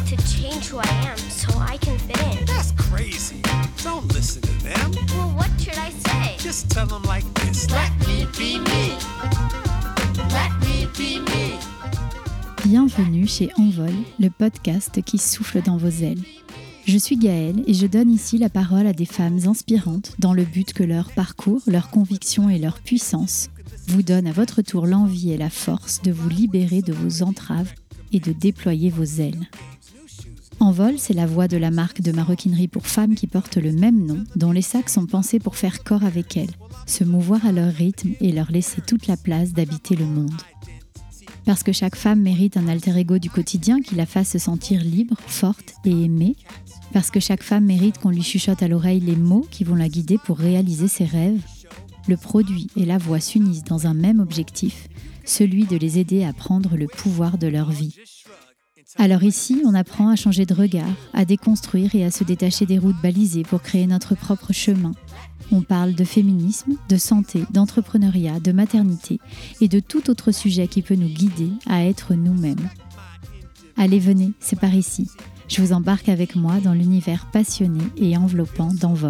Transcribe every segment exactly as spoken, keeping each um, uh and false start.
to change who I am so I can fit in. That's crazy. Don't listen to them. Well, what should I say? Just tell them like this. Let me be me. Let me be me. Bienvenue chez Envol, le podcast qui souffle dans vos ailes. Je suis Gaëlle et je donne ici la parole à des femmes inspirantes dans le but que leur parcours, leurs convictions et leur puissance vous donnent à votre tour l'envie et la force de vous libérer de vos entraves et de déployer vos ailes. Envol, c'est la voix de la marque de maroquinerie pour femmes qui portent le même nom, dont les sacs sont pensés pour faire corps avec elles, se mouvoir à leur rythme et leur laisser toute la place d'habiter le monde. Parce que chaque femme mérite un alter ego du quotidien qui la fasse se sentir libre, forte et aimée. Parce que chaque femme mérite qu'on lui chuchote à l'oreille les mots qui vont la guider pour réaliser ses rêves. Le produit et la voix s'unissent dans un même objectif, celui de les aider à prendre le pouvoir de leur vie. Alors ici, on apprend à changer de regard, à déconstruire et à se détacher des routes balisées pour créer notre propre chemin. On parle de féminisme, de santé, d'entrepreneuriat, de maternité et de tout autre sujet qui peut nous guider à être nous-mêmes. Allez, venez, c'est par ici. Je vous embarque avec moi dans l'univers passionné et enveloppant d'Envol.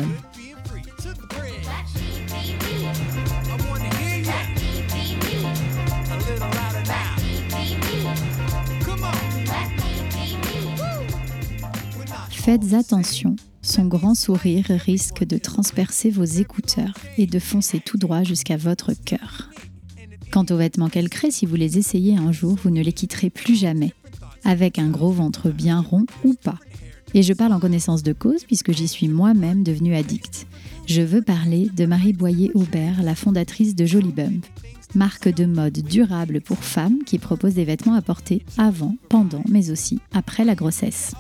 Faites attention, son grand sourire risque de transpercer vos écouteurs et de foncer tout droit jusqu'à votre cœur. Quant aux vêtements qu'elle crée, si vous les essayez un jour, vous ne les quitterez plus jamais, avec un gros ventre bien rond ou pas. Et je parle en connaissance de cause puisque j'y suis moi-même devenue addicte. Je veux parler de Marie Boyer-Aubert, la fondatrice de Jolie Bump, marque de mode durable pour femmes qui propose des vêtements à porter avant, pendant, mais aussi après la grossesse.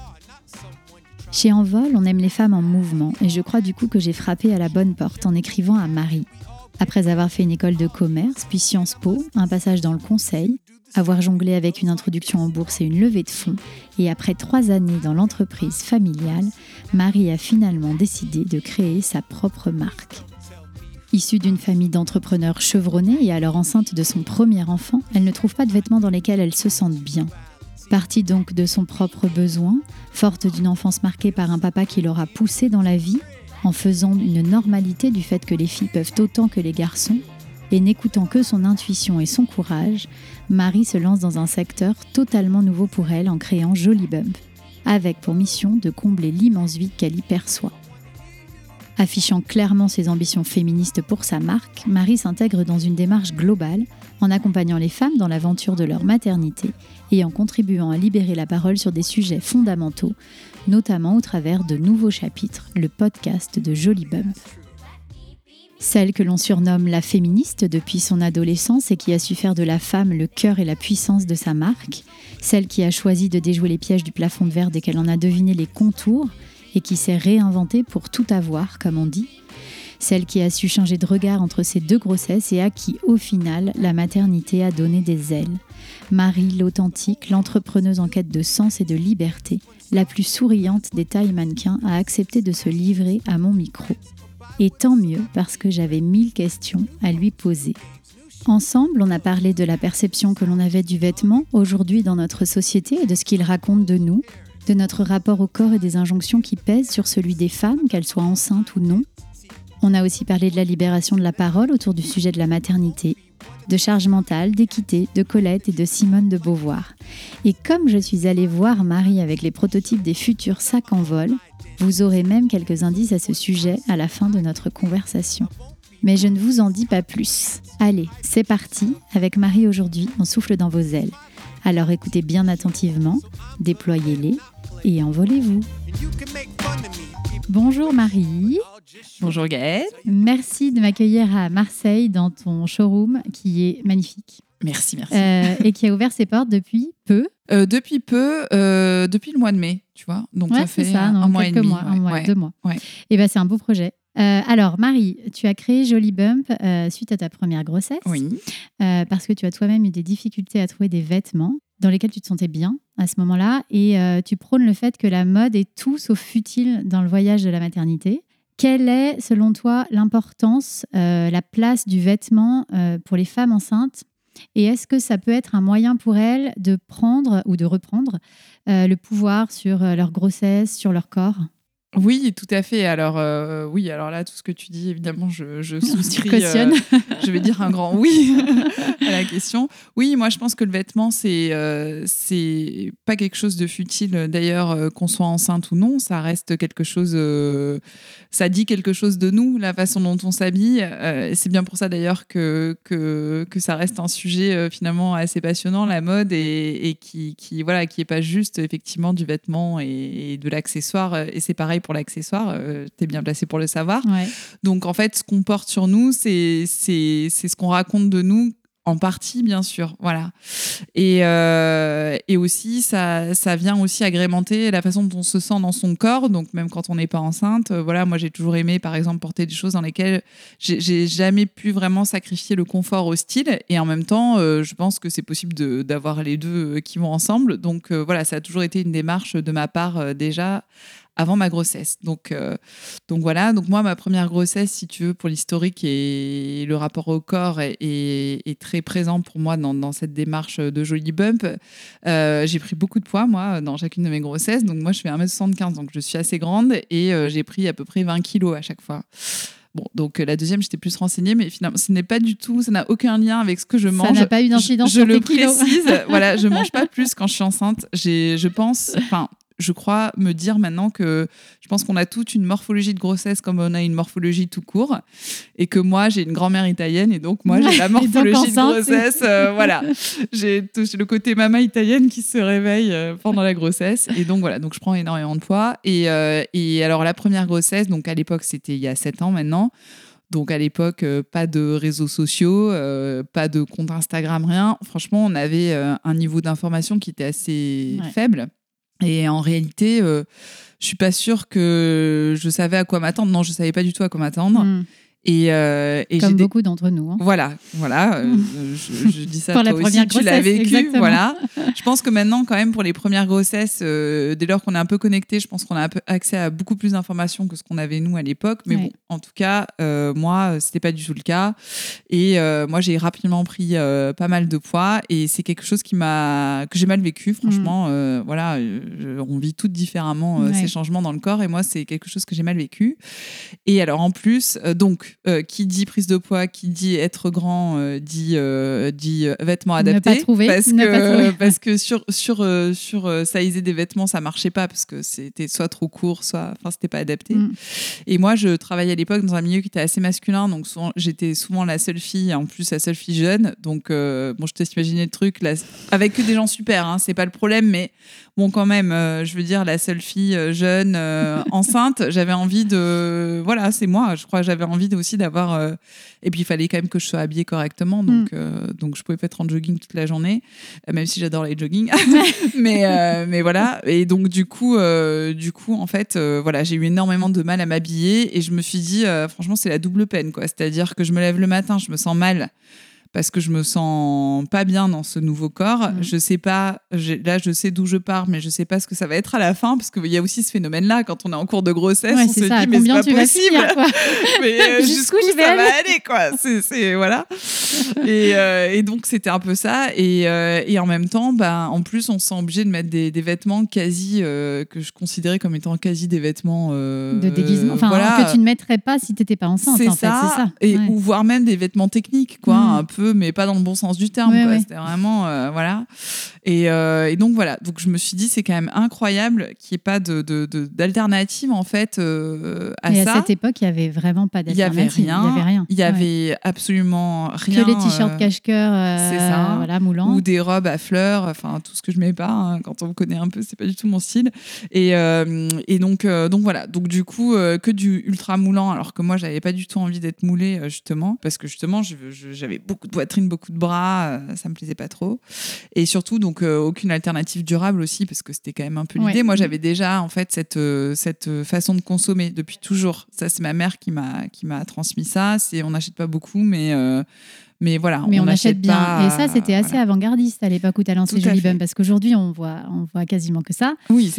Chez Envol, on aime les femmes en mouvement et je crois du coup que j'ai frappé à la bonne porte en écrivant à Marie. Après avoir fait une école de commerce, puis Sciences Po, un passage dans le conseil, avoir jonglé avec une introduction en bourse et une levée de fonds, et après trois années dans l'entreprise familiale, Marie a finalement décidé de créer sa propre marque. Issue d'une famille d'entrepreneurs chevronnés et alors enceinte de son premier enfant, elle ne trouve pas de vêtements dans lesquels elle se sente bien. Partie donc de son propre besoin, forte d'une enfance marquée par un papa qui l'aura poussée dans la vie, en faisant une normalité du fait que les filles peuvent autant que les garçons, et n'écoutant que son intuition et son courage, Marie se lance dans un secteur totalement nouveau pour elle en créant Jolie Bump, avec pour mission de combler l'immense vide qu'elle y perçoit. Affichant clairement ses ambitions féministes pour sa marque, Marie s'intègre dans une démarche globale en accompagnant les femmes dans l'aventure de leur maternité et en contribuant à libérer la parole sur des sujets fondamentaux, notamment au travers de nouveaux chapitres, le podcast de Jolie Bump. Celle que l'on surnomme la féministe depuis son adolescence et qui a su faire de la femme le cœur et la puissance de sa marque, celle qui a choisi de déjouer les pièges du plafond de verre dès qu'elle en a deviné les contours et qui s'est réinventée pour tout avoir, comme on dit, celle qui a su changer de regard entre ses deux grossesses et à qui, au final, la maternité a donné des ailes. Marie, l'authentique, l'entrepreneuse en quête de sens et de liberté, la plus souriante des tailles mannequins, a accepté de se livrer à mon micro. Et tant mieux parce que j'avais mille questions à lui poser. Ensemble, on a parlé de la perception que l'on avait du vêtement aujourd'hui dans notre société et de ce qu'il raconte de nous, de notre rapport au corps et des injonctions qui pèsent sur celui des femmes, qu'elles soient enceintes ou non. On a aussi parlé de la libération de la parole autour du sujet de la maternité, de charge mentale, d'équité, de Colette et de Simone de Beauvoir. Et comme je suis allée voir Marie avec les prototypes des futurs sacs Envol, vous aurez même quelques indices à ce sujet à la fin de notre conversation. Mais je ne vous en dis pas plus. Allez, c'est parti, avec Marie aujourd'hui, on souffle dans vos ailes. Alors écoutez bien attentivement, déployez-les et envolez-vous. Bonjour Marie. Bonjour Gaëlle. Merci de m'accueillir à Marseille dans ton showroom qui est magnifique. Merci, merci. Euh, et qui a ouvert ses portes depuis peu. Euh, depuis peu, euh, depuis le mois de mai, tu vois. Donc ouais, ça fait ça, un, non, un mois et demi. Mois, ouais, un mois, ouais, deux mois. Ouais. Et ben c'est un beau projet. Euh, alors Marie, tu as créé Jolie Bump euh, suite à ta première grossesse. Oui. Euh, parce que tu as toi-même eu des difficultés à trouver des vêtements dans lesquels tu te sentais bien à ce moment-là. Et euh, tu prônes le fait que la mode est tout sauf futile dans le voyage de la maternité. Quelle est, selon toi, l'importance, euh, la place du vêtement euh, pour les femmes enceintes Et est-ce que ça peut être un moyen pour elles de prendre ou de reprendre euh, le pouvoir sur euh, leur grossesse, sur leur corps ? Oui, tout à fait. Alors, euh, oui, alors là, tout ce que tu dis, évidemment, je, je souscris. cautionne. Euh, je vais dire un grand oui à la question. Oui, moi, je pense que le vêtement, c'est euh, c'est pas quelque chose de futile. D'ailleurs, euh, qu'on soit enceinte ou non, ça reste quelque chose. Euh, ça dit quelque chose de nous, la façon dont on s'habille. Euh, c'est bien pour ça, d'ailleurs, que, que, que ça reste un sujet euh, finalement assez passionnant, la mode, et, et qui, qui, voilà, qui est pas juste, effectivement, du vêtement et, et de l'accessoire. Et c'est pareil pour l'accessoire, euh, t'es bien placé pour le savoir. Ouais. Donc en fait, ce qu'on porte sur nous, c'est, c'est, c'est ce qu'on raconte de nous, en partie bien sûr. Voilà. Et, euh, et aussi, ça, ça vient aussi agrémenter la façon dont on se sent dans son corps. Donc même quand on n'est pas enceinte, euh, voilà, moi j'ai toujours aimé par exemple porter des choses dans lesquelles j'ai, j'ai jamais pu vraiment sacrifier le confort au style. Et en même temps, euh, je pense que c'est possible de, d'avoir les deux euh, qui vont ensemble. Donc euh, voilà, ça a toujours été une démarche de ma part euh, déjà avant ma grossesse. Donc, euh, donc voilà. Donc moi, ma première grossesse, si tu veux, pour l'historique et le rapport au corps est, est, est très présent pour moi dans, dans cette démarche de Jolie Bump. Euh, j'ai pris beaucoup de poids, moi, dans chacune de mes grossesses. Donc moi, je fais un mètre soixante-quinze, donc je suis assez grande et euh, j'ai pris à peu près vingt kilos à chaque fois. Bon, donc euh, la deuxième, j'étais plus renseignée, mais finalement, ce n'est pas du tout, ça n'a aucun lien avec ce que je mange. Ça n'a pas eu d'incidence je, je sur le tes kilos. précise. Voilà, je mange pas plus quand je suis enceinte. J'ai, je pense, enfin. Je crois me dire maintenant que je pense qu'on a toute une morphologie de grossesse comme on a une morphologie tout court et que moi j'ai une grand-mère italienne et donc moi j'ai la morphologie de grossesse euh, voilà, j'ai, j'ai le côté maman italienne qui se réveille euh, pendant la grossesse et donc voilà, donc je prends énormément de poids et, euh, et alors la première grossesse, donc à l'époque c'était il y a sept ans maintenant. Donc à l'époque, euh, pas de réseaux sociaux, euh, pas de compte Instagram, rien. Franchement, on avait euh, un niveau d'information qui était assez ouais. faible. Et en réalité, euh, je suis pas sûre que je savais à quoi m'attendre. Non, je savais pas du tout à quoi m'attendre. Mmh. Et, euh, et Comme j'ai beaucoup des... d'entre nous. Hein. Voilà, voilà. Euh, je, je dis ça pour toi la aussi, tu l'as vécu. Exactement. Voilà. Je pense que maintenant, quand même, pour les premières grossesses, euh, dès lors qu'on est un peu connecté, je pense qu'on a un peu accès à beaucoup plus d'informations que ce qu'on avait nous à l'époque. Mais oui. bon, en tout cas, euh, moi, c'était pas du tout le cas. Et euh, moi, j'ai rapidement pris euh, pas mal de poids, et c'est quelque chose qui m'a que j'ai mal vécu. Franchement, mmh. euh, voilà, je, on vit toutes différemment euh, ouais. ces changements dans le corps, et moi, c'est quelque chose que j'ai mal vécu. Et alors, en plus, euh, donc. Euh, qui dit prise de poids, qui dit être grand, euh, dit, euh, dit euh, vêtements adaptés. Ne pas trouver. Parce ne que, pas trouver. parce que sur, sur, euh, sur euh, sizer des vêtements, ça marchait pas parce que c'était soit trop court, soit enfin, c'était pas adapté. Mm. Et moi, je travaillais à l'époque dans un milieu qui était assez masculin, donc souvent, j'étais souvent la seule fille, en plus la seule fille jeune. Donc, euh, bon, je te laisse imaginer le truc, là, avec que des gens super, hein, c'est pas le problème, mais bon, quand même, euh, je veux dire, la seule fille euh, jeune, euh, enceinte, j'avais envie de. Voilà, c'est moi, je crois que j'avais envie de, aussi d'avoir. Euh... Et puis, il fallait quand même que je sois habillée correctement, donc, mm. euh, donc je pouvais pas être en jogging toute la journée, euh, même si j'adore les joggings. mais, euh, mais voilà. Et donc, du coup, euh, du coup en fait, euh, voilà, j'ai eu énormément de mal à m'habiller et je me suis dit, euh, franchement, c'est la double peine, quoi. C'est-à-dire que je me lève le matin, je me sens mal. Parce que je me sens pas bien dans ce nouveau corps. Mmh. Je sais pas, là je sais d'où je pars, mais je sais pas ce que ça va être à la fin, parce qu'il y a aussi ce phénomène-là, quand on est en cours de grossesse, ouais, on se ça. dit, mais Combien c'est pas possible. Finir, quoi. mais euh, jusqu'où, jusqu'où ça aller. va aller, quoi. C'est, c'est, voilà. et, euh, et donc c'était un peu ça. Et, euh, et en même temps, bah, en plus, on se sent obligé de mettre des, des vêtements quasi, euh, que je considérais comme étant quasi des vêtements... Euh, de déguisement, enfin, voilà. que tu ne mettrais pas si t'étais pas enceinte, c'est en ça. fait, c'est ça. Et, ouais. Ou voire même des vêtements techniques, quoi, mmh. un peu, mais pas dans le bon sens du terme, ouais, quoi. Ouais. C'était vraiment euh, voilà. Et, euh, et donc voilà, donc je me suis dit, c'est quand même incroyable qu'il n'y ait pas de, de, de, d'alternative en fait euh, à et ça. À cette époque, il n'y avait vraiment pas d'alternative. Il y avait rien. Il y avait rien. Il y avait ouais. absolument rien. Que les t-shirts euh, cache-cœur, euh, c'est ça. Voilà, moulants. Ou des robes à fleurs, enfin tout ce que je mets pas. Hein, quand on me connaît un peu, c'est pas du tout mon style. Et, euh, et donc, euh, donc voilà. Donc du coup, euh, que du ultra moulant, alors que moi, j'avais pas du tout envie d'être moulée justement, parce que justement, je, je, j'avais beaucoup de poitrine, beaucoup de bras, euh, ça me plaisait pas trop. Et surtout, donc euh, aucune alternative durable aussi, parce que c'était quand même un peu l'idée. Ouais. Moi, j'avais déjà en fait cette euh, cette façon de consommer depuis toujours. Ça, c'est ma mère qui m'a qui m'a transmis ça. C'est on n'achète pas beaucoup, mais euh, mais voilà, mais on, on achète bien. Pas, et ça, c'était assez voilà. avant-gardiste à l'époque où tu as lancé Jolie Bump, parce qu'aujourd'hui, on voit on voit quasiment que ça. Oui, c'est vrai.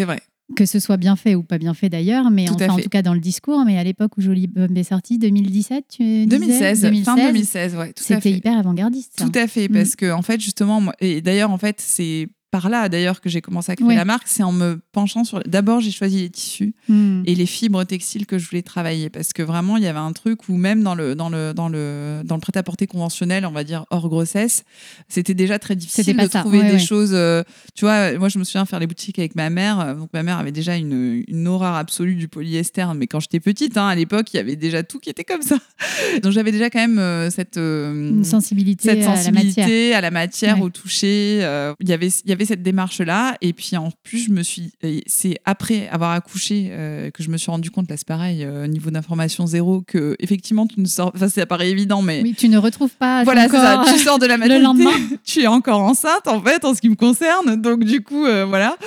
Que ce soit bien fait ou pas bien fait d'ailleurs, mais Tout enfin, en tout cas dans le discours. Mais à l'époque où Jolie Bum est sorti, deux mille dix-sept, tu deux mille seize, disais fin deux mille seize, ouais, tout à fait. C'était hyper avant-gardiste. Ça. Tout à fait, parce mmh. que en fait, justement, moi, et d'ailleurs, en fait, c'est par là d'ailleurs que j'ai commencé à créer ouais. la marque, c'est en me penchant sur. D'abord, j'ai choisi les tissus mmh. et les fibres textiles que je voulais travailler, parce que vraiment, il y avait un truc où même dans le dans le dans le dans le prêt-à-porter conventionnel, on va dire hors grossesse, c'était déjà très difficile de ça. trouver ouais, des ouais. choses. Euh, tu vois, moi, je me souviens faire les boutiques avec ma mère. Donc ma mère avait déjà une une horreur absolue du polyester, mais quand j'étais petite, hein, à l'époque, il y avait déjà tout qui était comme ça. Donc j'avais déjà quand même euh, cette euh, une sensibilité, cette sensibilité à la matière, à la matière ouais. au toucher. Euh, il y avait il y avait cette démarche-là. Et puis, en plus, je me suis... C'est après avoir accouché euh, que je me suis rendu compte, là, c'est pareil, euh, niveau d'information zéro, que effectivement, tu ne sors... Enfin, ça paraît évident, mais... Oui, tu ne retrouves pas voilà, ton corps. C'est ça. Tu sors de la maternité, le lendemain. Tu es encore enceinte, en fait, en ce qui me concerne. Donc, du coup, euh, voilà...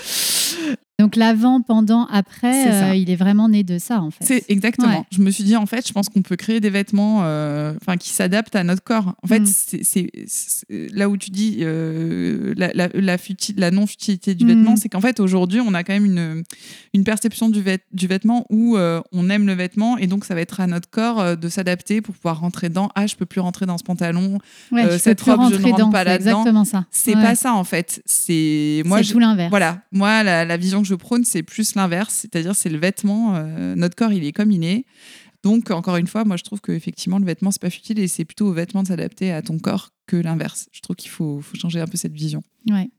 Donc l'avant, pendant, après, euh, il est vraiment né de ça en fait. C'est exactement. Ouais. Je me suis dit en fait, je pense qu'on peut créer des vêtements, euh, enfin qui s'adaptent à notre corps. En fait, mm. c'est, c'est, c'est là où tu dis euh, la, la, la, futil, la non futilité du mm. vêtement, c'est qu'en fait aujourd'hui, on a quand même une une perception du, vêt, du vêtement où euh, on aime le vêtement et donc ça va être à notre corps euh, de s'adapter pour pouvoir rentrer dedans. Ah, je peux plus rentrer dans ce pantalon. Ouais, euh, cette robe, je ne rentre dedans, pas c'est là-dedans. Exactement ça. C'est ouais. pas ça en fait. C'est moi. C'est je, tout l'inverse. Voilà. Moi, la, la vision que je prône, c'est plus l'inverse, c'est-à-dire c'est le vêtement, euh, notre corps il est comme il est, donc encore une fois moi je trouve qu'effectivement le vêtement c'est pas futile et c'est plutôt au vêtement de s'adapter à ton corps que l'inverse. Je trouve qu'il faut, faut changer un peu cette vision. Ouais.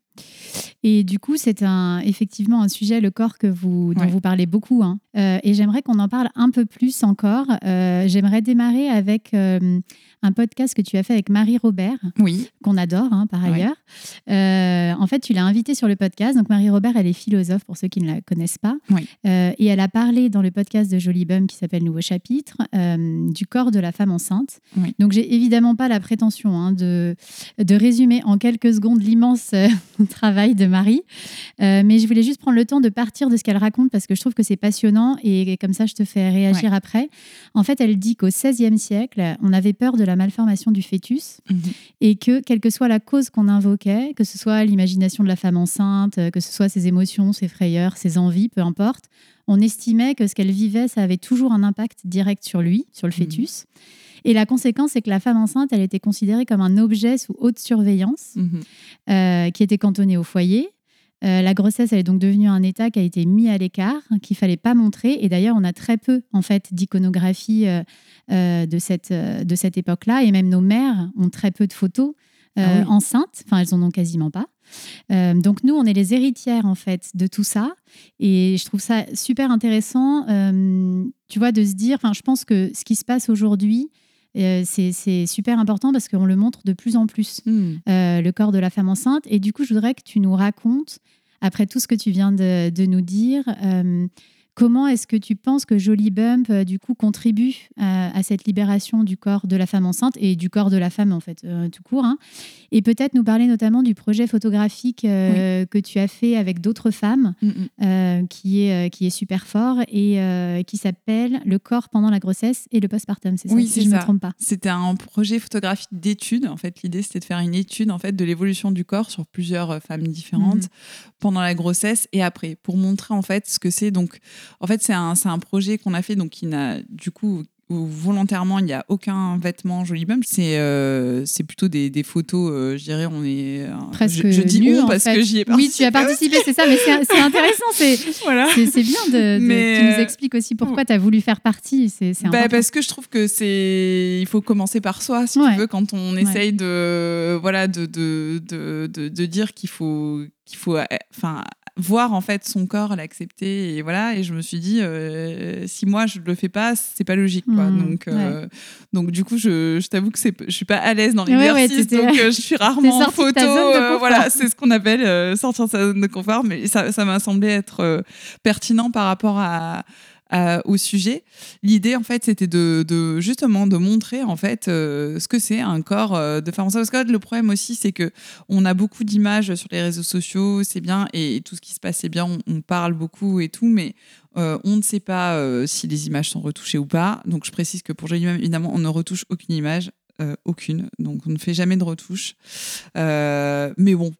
Et du coup, c'est un, effectivement un sujet, le corps, que vous, dont ouais. vous parlez beaucoup. Hein. Euh, et j'aimerais qu'on en parle un peu plus encore. Euh, j'aimerais démarrer avec euh, un podcast que tu as fait avec Marie Robert, oui. qu'on adore hein, par ailleurs. Ouais. Euh, en fait, tu l'as invitée sur le podcast. Donc, Marie Robert, elle est philosophe, pour ceux qui ne la connaissent pas. Oui. Euh, et elle a parlé dans le podcast de Jolie Bum qui s'appelle Nouveau chapitre, euh, du corps de la femme enceinte. Oui. Donc, j'ai évidemment pas la prétention hein, de, de résumer en quelques secondes l'immense travail de Marie. Euh, mais je voulais juste prendre le temps de partir de ce qu'elle raconte parce que je trouve que c'est passionnant et, et comme ça, je te fais réagir ouais. après. En fait, elle dit qu'au seizième siècle, on avait peur de la malformation du fœtus mmh. et que, quelle que soit la cause qu'on invoquait, que ce soit l'imagination de la femme enceinte, que ce soit ses émotions, ses frayeurs, ses envies, peu importe, on estimait que ce qu'elle vivait, ça avait toujours un impact direct sur lui, sur le fœtus. Mmh. Et la conséquence, c'est que la femme enceinte, elle était considérée comme un objet sous haute surveillance, mmh. euh, qui était cantonné au foyer. Euh, la grossesse, elle est donc devenue un état qui a été mis à l'écart, qu'il fallait pas montrer. Et d'ailleurs, on a très peu en fait d'iconographie euh, euh, de cette euh, de cette époque-là. Et même nos mères ont très peu de photos euh, ah oui. enceintes. Enfin, elles en ont quasiment pas. Euh, donc nous, on est les héritières en fait de tout ça. Et je trouve ça super intéressant, euh, tu vois, de se dire. Enfin, je pense que ce qui se passe aujourd'hui. Euh, c'est, c'est super important parce qu'on le montre de plus en plus, mmh. euh, le corps de la femme enceinte. Et du coup, je voudrais que tu nous racontes, après tout ce que tu viens de, de nous dire, euh, comment est-ce que tu penses que Jolie Bump, euh, du coup, contribue à, à cette libération du corps de la femme enceinte et du corps de la femme, en fait, euh, tout court. Hein. Et peut-être nous parler notamment du projet photographique euh, oui. que tu as fait avec d'autres femmes, mmh. euh, qui, est, euh, qui est super fort et euh, qui s'appelle « Le corps pendant la grossesse et le postpartum ». C'est ça, oui, si c'est je ne ça. me trompe pas. C'était un projet photographique d'études. En fait, l'idée, c'était de faire une étude en fait, de l'évolution du corps sur plusieurs femmes différentes mmh. pendant la grossesse et après, pour montrer en fait ce que c'est. Donc, en fait, c'est un, c'est un projet qu'on a fait, donc qui n'a du coup... où volontairement il n'y a aucun vêtement Jolie Bump, c'est euh, c'est plutôt des, des photos, euh, je dirais on est euh, presque je, je dis nu, on parce fait. que j'y ai participé. Oui, tu as participé, c'est ça, mais c'est, c'est intéressant, c'est voilà. c'est, c'est bien de, de mais tu nous expliques aussi pourquoi tu as voulu faire partie. C'est, c'est bah, parce que je trouve que c'est il faut commencer par soi, si ouais. tu veux, quand on essaye ouais. de voilà de de, de de de dire qu'il faut qu'il faut enfin voir en fait son corps, l'accepter et voilà. Et je me suis dit euh, si moi je le fais pas, c'est pas logique quoi. Mmh, donc euh, ouais. donc du coup je, je t'avoue que c'est je suis pas à l'aise dans l'exercice, ouais, ouais, donc euh, je suis rarement en photo. Euh, voilà, c'est ce qu'on appelle euh, sortir de sa zone de confort. Mais ça ça m'a semblé être euh, pertinent par rapport à Euh, au sujet. L'idée, en fait, c'était de, de justement de montrer en fait euh, ce que c'est un corps euh, de femme enceinte. Parce que le problème aussi, c'est que on a beaucoup d'images sur les réseaux sociaux, c'est bien, et, et tout ce qui se passe, c'est bien. On, on parle beaucoup et tout, mais euh, on ne sait pas euh, si les images sont retouchées ou pas. Donc, je précise que pour Jolie Bump, évidemment, on ne retouche aucune image. Euh, aucune, donc on ne fait jamais de retouche. Euh, mais bon,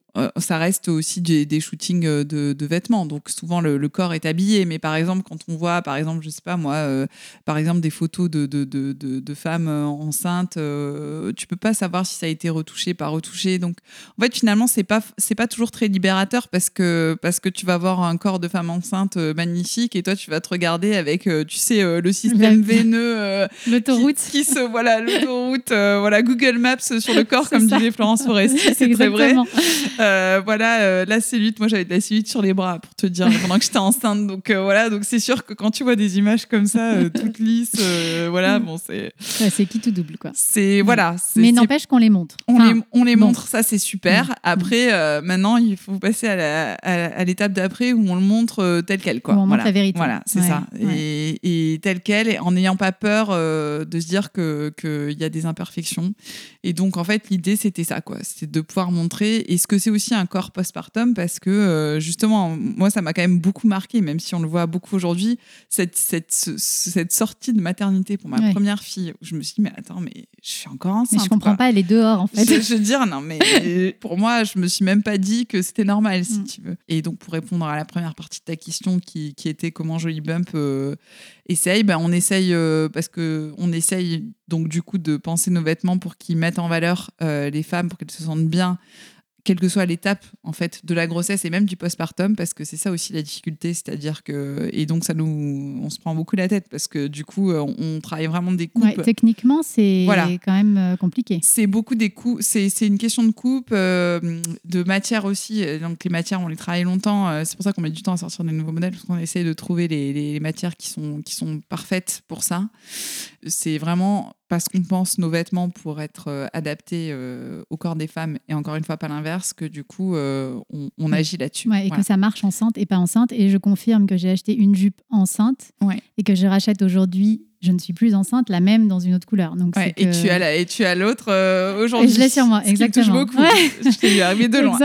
euh, ça reste aussi des, des shootings de, de vêtements. Donc souvent le, le corps est habillé. Mais par exemple, quand on voit, par exemple, je sais pas moi, euh, par exemple des photos de, de, de, de, de femmes enceintes, euh, tu peux pas savoir si ça a été retouché, pas retouché. Donc en fait, finalement, c'est pas, c'est pas toujours très libérateur parce que, parce que tu vas voir un corps de femme enceinte euh, magnifique et toi, tu vas te regarder avec, euh, tu sais, euh, le système veineux. Euh, L'autoroute. Qui, qui se, voilà, l'autoroute, euh, voilà, Google Maps sur le corps, comme ça. disait Florence Foresti, c'est Exactement. très vrai. Euh, voilà, euh, la cellulite, moi j'avais de la cellulite sur les bras pour te dire, pendant que j'étais enceinte. Donc euh, voilà, donc c'est sûr que quand tu vois des images comme ça, euh, toutes lisses, euh, voilà, bon, c'est. Ouais, c'est qui tout double, quoi. C'est, voilà. C'est, Mais c'est... n'empêche qu'on les montre. On enfin, les, on les bon. montre, ça c'est super. Mmh. Après, euh, maintenant, il faut passer à, la, à, à l'étape d'après où on le montre euh, tel quel, quoi. Où on voilà. montre la vérité. Voilà, c'est ouais, ça. Ouais. Et, et tel quel, en n'ayant pas peur euh, de se dire que qu'il y a des imperfections. Et donc, en fait, l'idée, c'était ça, quoi. C'était de pouvoir montrer. Et ce que c'est aussi un corps postpartum, parce que, euh, justement, moi, ça m'a quand même beaucoup marqué, même si on le voit beaucoup aujourd'hui, cette, cette, cette sortie de maternité pour ma ouais. première fille, où je me suis dit, mais attends, mais je suis encore enceinte. Mais je comprends quoi. pas, elle est dehors, en fait. Je, je veux dire, non, mais pour moi, je me suis même pas dit que c'était normal, si mm. tu veux. Et donc, pour répondre à la première partie de ta question, qui, qui était comment Joli Bump euh, essaye, ben, on essaye, euh, parce qu'on essaye, donc, du coup, de penser nos vêtements pour qu'ils mettent en valeur euh, les femmes, pour qu'elles se sentent bien, quelle que soit l'étape en fait de la grossesse et même du postpartum, parce que c'est ça aussi la difficulté, c'est-à-dire que et donc ça nous on se prend beaucoup la tête parce que du coup on, on travaille vraiment des coupes. Ouais, techniquement c'est voilà. quand même euh, compliqué. C'est beaucoup des coupes, c'est c'est une question de coupe, euh, de matière aussi. Donc les matières on les travaille longtemps, euh, c'est pour ça qu'on met du temps à sortir des nouveaux modèles parce qu'on essaye de trouver les, les, les matières qui sont qui sont parfaites pour ça. C'est vraiment parce qu'on pense nos vêtements pour être euh, adaptés euh, au corps des femmes et encore une fois pas l'inverse, que du coup euh, on, on agit là-dessus. Ouais, et voilà. que ça marche enceinte et pas enceinte. Et je confirme que j'ai acheté une jupe enceinte ouais. et que je rachète aujourd'hui, je ne suis plus enceinte, la même dans une autre couleur. Donc ouais, c'est que... et, tu as la, et tu as l'autre euh, aujourd'hui. Et je l'ai sur moi, ce exactement. Qui me touche beaucoup. Ouais. Je t'ai vu arriver de loin.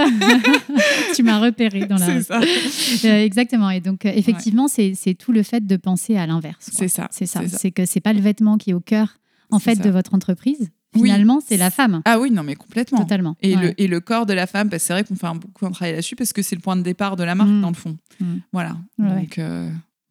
Tu m'as repéré dans la... C'est ça. Euh, exactement. Et donc, euh, effectivement, ouais. c'est, c'est tout le fait de penser à l'inverse. Quoi. C'est ça. C'est ça. C'est, ça. c'est que c'est pas le vêtement qui est au cœur en fait, de votre entreprise. Finalement, oui. c'est la femme. Ah oui, non, mais complètement. Totalement. Et, ouais. le, et le corps de la femme, parce que c'est vrai qu'on fait un, beaucoup un travail là-dessus parce que c'est le point de départ de la marque, mmh. dans le fond. Mmh. Voilà. Ouais. Donc, euh...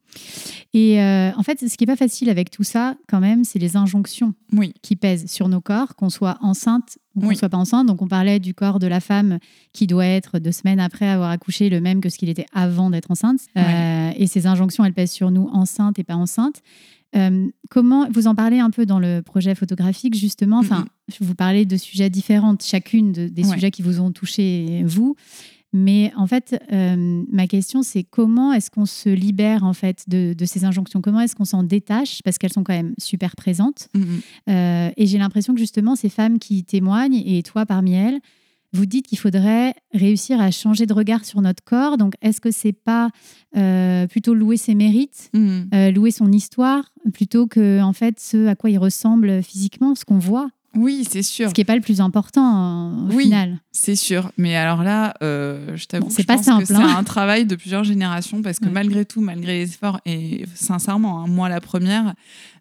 Et euh, en fait, ce qui n'est pas facile avec tout ça, quand même, c'est les injonctions oui. qui pèsent sur nos corps, qu'on soit enceinte ou qu'on ne oui. soit pas enceinte. Donc, on parlait du corps de la femme qui doit être, deux semaines après avoir accouché, le même que ce qu'il était avant d'être enceinte. Ouais. Euh, et ces injonctions, elles pèsent sur nous, enceinte et pas enceinte. Euh, comment vous en parlez un peu dans le projet photographique justement, enfin, mm-hmm. vous parlez de sujets différents, chacune de, des ouais. sujets qui vous ont touché vous, mais en fait euh, ma question c'est comment est-ce qu'on se libère en fait de, de ces injonctions, comment est-ce qu'on s'en détache parce qu'elles sont quand même super présentes mm-hmm. euh, et j'ai l'impression que justement ces femmes qui témoignent et toi parmi elles, vous dites qu'il faudrait réussir à changer de regard sur notre corps. Donc, est-ce que c'est pas euh, plutôt louer ses mérites, mmh. euh, louer son histoire, plutôt que en fait ce à quoi il ressemble physiquement, ce qu'on voit? Oui, c'est sûr. Ce qui n'est pas le plus important au oui, final. C'est sûr. Mais alors là, euh, je t'avoue, bon, c'est je pas pense simple, que hein. c'est un travail de plusieurs générations parce que ouais. malgré tout, malgré les efforts, et sincèrement, hein, moi la première,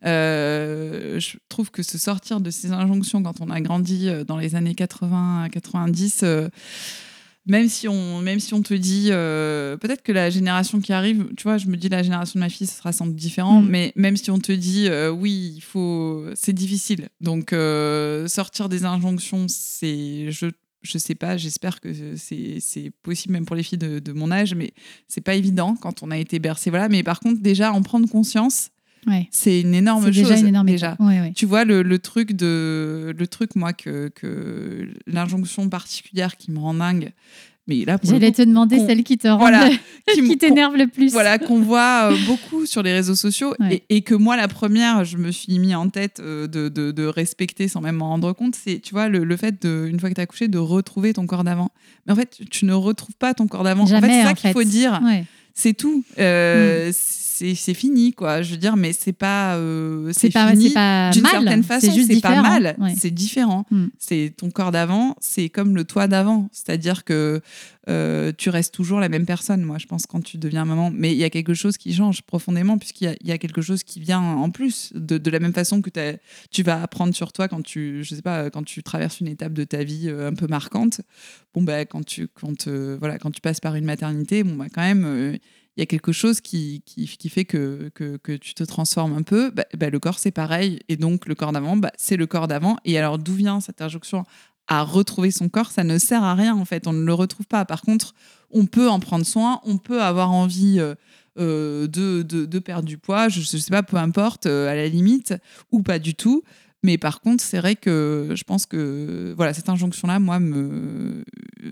euh, je trouve que se sortir de ces injonctions quand on a grandi dans les années quatre-vingts quatre-vingt-dix, euh, même si on même si on te dit euh, peut-être que la génération qui arrive, tu vois, je me dis la génération de ma fille ce sera sans doute différent, mmh. mais même si on te dit euh, oui, il faut, c'est difficile, donc euh, sortir des injonctions, c'est je je sais pas, j'espère que c'est c'est possible même pour les filles de, de mon âge, mais c'est pas évident quand on a été bercé, voilà. Mais par contre déjà en prendre conscience. Ouais. C'est une énorme c'est chose déjà. Une énorme déjà. Ouais, ouais. Tu vois le, le truc de le truc moi que, que l'injonction particulière qui me rend dingue. Mais là, j'allais coup, te demander celle qui te rend voilà, le... qui, qui t'énerve le plus. Voilà, qu'on voit euh, beaucoup sur les réseaux sociaux ouais. et, et que moi la première, je me suis mis en tête euh, de, de, de respecter sans même m'en rendre compte. C'est, tu vois, le, le fait de, une fois que t'as accouché, de retrouver ton corps d'avant. Mais en fait, tu ne retrouves pas ton corps d'avant. Jamais, en fait, c'est ça en qu'il fait. faut dire. Ouais. C'est tout. Euh, mmh. c'est, c'est fini, quoi. Je veux dire, mais c'est pas, euh, c'est, C'est pas, fini. c'est pas D'une mal, certaine façon, c'est juste c'est pas différent. mal. Ouais. C'est différent. Mm. C'est ton corps d'avant, c'est comme le toi d'avant. C'est-à-dire que euh, tu restes toujours la même personne, moi, je pense, quand tu deviens maman. Mais il y a quelque chose qui change profondément, puisqu'il y a, il y a quelque chose qui vient en plus. De, de la même façon que t'as, tu vas apprendre sur toi quand tu, je sais pas, quand tu traverses une étape de ta vie euh, un peu marquante. Bon, bah, quand tu, quand, euh, voilà, quand tu passes par une maternité, bon, bah, quand même, il euh, y a quelque chose qui, qui, qui fait que, que, que tu te transformes un peu. Bah, bah, le corps, c'est pareil. Et donc, le corps d'avant, bah, c'est le corps d'avant. Et alors, d'où vient cette injonction à retrouver son corps? Ça ne sert à rien, en fait. On ne le retrouve pas. Par contre, on peut en prendre soin. On peut avoir envie euh, euh, de, de, de perdre du poids. Je ne sais pas, peu importe, euh, à la limite, ou pas du tout. Mais par contre, c'est vrai que je pense que voilà, cette injonction-là, moi, me,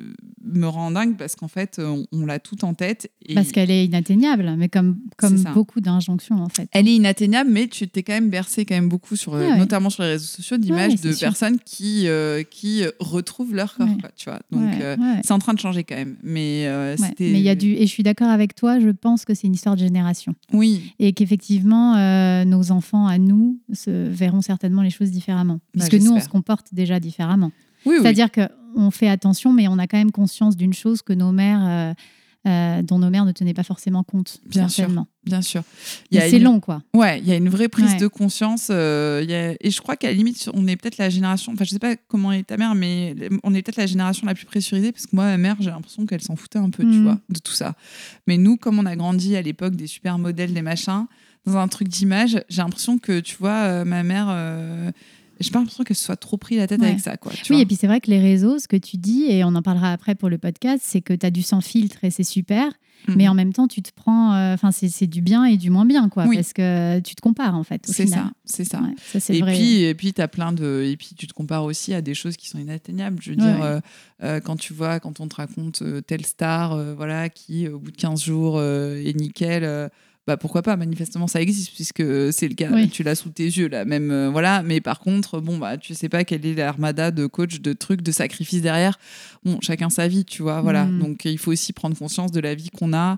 me rend dingue parce qu'en fait, on, on l'a tout en tête. Et parce qu'elle est inatteignable, mais comme, comme beaucoup d'injonctions, en fait. Elle est inatteignable, mais tu t'es quand même bercé quand même beaucoup, sur, ouais, notamment ouais. sur les réseaux sociaux, d'images ouais, de sûr. personnes qui, euh, qui retrouvent leur corps. Ouais. Quoi, tu vois. Donc, ouais, euh, ouais. c'est en train de changer quand même. Mais, euh, ouais. c'était... mais il y a du... Et je suis d'accord avec toi, je pense que c'est une histoire de génération. Oui. Et qu'effectivement, euh, nos enfants, à nous, se verront certainement les choses différemment. Bah, Puisque j'espère. nous, on se comporte déjà différemment. Oui, C'est-à-dire oui. qu'on fait attention, mais on a quand même conscience d'une chose que nos mères, euh, euh, dont nos mères ne tenaient pas forcément compte. Bien certainement. sûr, bien sûr. Il y a c'est une... long, quoi. Ouais, il y a une vraie prise ouais. de conscience. Euh, y a... Et je crois qu'à la limite, on est peut-être la génération... Enfin, je sais pas comment est ta mère, mais on est peut-être la génération la plus pressurisée, parce que moi, ma mère, j'ai l'impression qu'elle s'en foutait un peu, mmh. tu vois, de tout ça. Mais nous, comme on a grandi à l'époque des super modèles, des machins, dans un truc d'image, j'ai l'impression que, tu vois, euh, ma mère... Euh... j'ai pas l'impression qu'elle se soit trop pris la tête ouais. avec ça. Quoi, tu oui, vois. Et puis c'est vrai que les réseaux, ce que tu dis, et on en parlera après pour le podcast, c'est que tu as du sans filtre et c'est super, mm-hmm. mais en même temps, tu te prends... Enfin, euh, c'est, c'est du bien et du moins bien, quoi, oui. parce que tu te compares, en fait, au c'est final. Ça, c'est ça. Ouais, ça c'est et, vrai. Puis, et puis, t'as plein de... Et puis, tu te compares aussi à des choses qui sont inatteignables. Je veux ouais. dire, euh, euh, quand tu vois, quand on te raconte euh, telle star, euh, voilà, qui, au bout de quinze jours, euh, est nickel... Euh, bah pourquoi pas, manifestement ça existe puisque c'est le cas, oui. tu l'as sous tes yeux là même euh, voilà, mais par contre bon bah tu sais pas quelle est l'armada de coach, de trucs, de sacrifices derrière. Bon, chacun sa vie, tu vois, voilà. Mmh. Donc il faut aussi prendre conscience de la vie qu'on a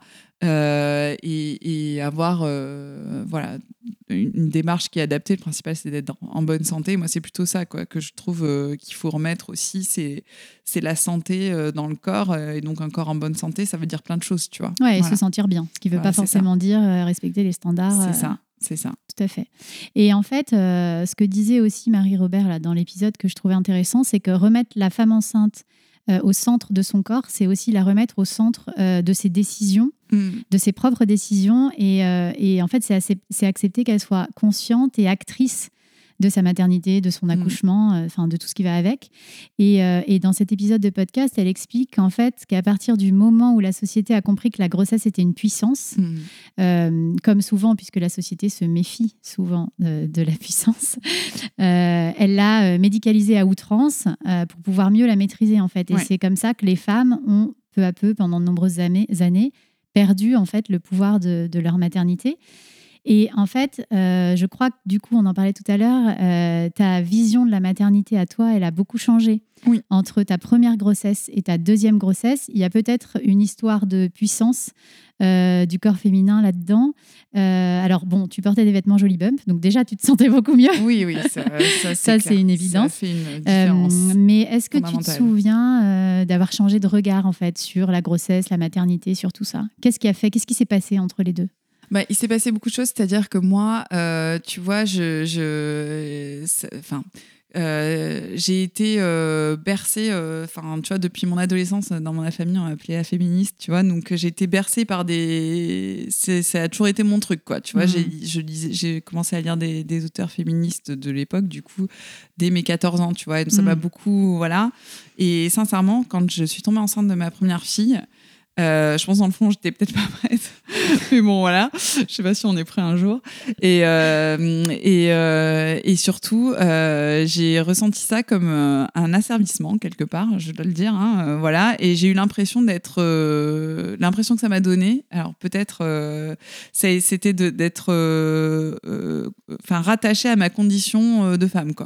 euh, et, et avoir euh, voilà une, une démarche qui est adaptée. Le principal c'est d'être en bonne santé. Moi c'est plutôt ça quoi que je trouve euh, qu'il faut remettre aussi, c'est c'est la santé euh, dans le corps euh, et donc un corps en bonne santé, ça veut dire plein de choses, tu vois. Ouais, et voilà. se sentir bien, ce qui veut voilà, pas forcément ça. dire euh, respecter les standards. C'est euh... ça. C'est ça. Tout à fait. Et en fait, euh, ce que disait aussi Marie-Robert là, dans l'épisode que je trouvais intéressant, c'est que remettre la femme enceinte euh, au centre de son corps, c'est aussi la remettre au centre euh, de ses décisions, mm. de ses propres décisions. Et, euh, et en fait, c'est, assez, c'est accepter qu'elle soit consciente et actrice de sa maternité, de son accouchement, enfin mmh. euh, de tout ce qui va avec. Et, euh, et dans cet épisode de podcast, elle explique qu'en fait, qu'à partir du moment où la société a compris que la grossesse était une puissance, mmh. euh, comme souvent, puisque la société se méfie souvent euh, de la puissance, euh, elle l'a médicalisée à outrance euh, pour pouvoir mieux la maîtriser, en fait. Et ouais. c'est comme ça que les femmes ont, peu à peu, pendant de nombreuses années, perdu, en fait, le pouvoir de, de leur maternité. Et en fait, euh, je crois que du coup, on en parlait tout à l'heure, euh, ta vision de la maternité à toi, elle a beaucoup changé. Oui. Entre ta première grossesse et ta deuxième grossesse, il y a peut-être une histoire de puissance euh, du corps féminin là-dedans. Euh, alors bon, tu portais des vêtements Jolly Bump, donc déjà, tu te sentais beaucoup mieux. Oui, oui, ça, ça, c'est, ça, c'est une évidence. Ça fait une différence. Euh, mais est-ce que tu te souviens euh, d'avoir changé de regard en fait, sur la grossesse, la maternité, sur tout ça ? Qu'est-ce qui a fait ? Qu'est-ce qui s'est passé entre les deux ? Bah, il s'est passé beaucoup de choses, c'est-à-dire que moi, euh, tu vois, je, je, enfin, euh, j'ai été euh, bercée, enfin, euh, tu vois, depuis mon adolescence, dans ma famille, on m'appelait la féministe, tu vois, donc j'ai été bercée par des, c'est, ça a toujours été mon truc, quoi, tu vois, mmh. j'ai, je lisais, j'ai commencé à lire des, des auteurs féministes de l'époque, du coup, dès mes quatorze ans, tu vois, et donc ça mmh. m'a beaucoup, voilà, et sincèrement, quand je suis tombée enceinte de ma première fille. Euh, je pense dans le fond j'étais peut-être pas prête mais bon voilà, je sais pas si on est prêt un jour et euh, et, euh, et surtout euh, j'ai ressenti ça comme euh, un asservissement quelque part, je dois le dire hein, euh, voilà, et j'ai eu l'impression d'être euh, l'impression que ça m'a donné, alors peut-être euh, ça, c'était de, d'être enfin euh, euh, rattachée à ma condition euh, de femme quoi.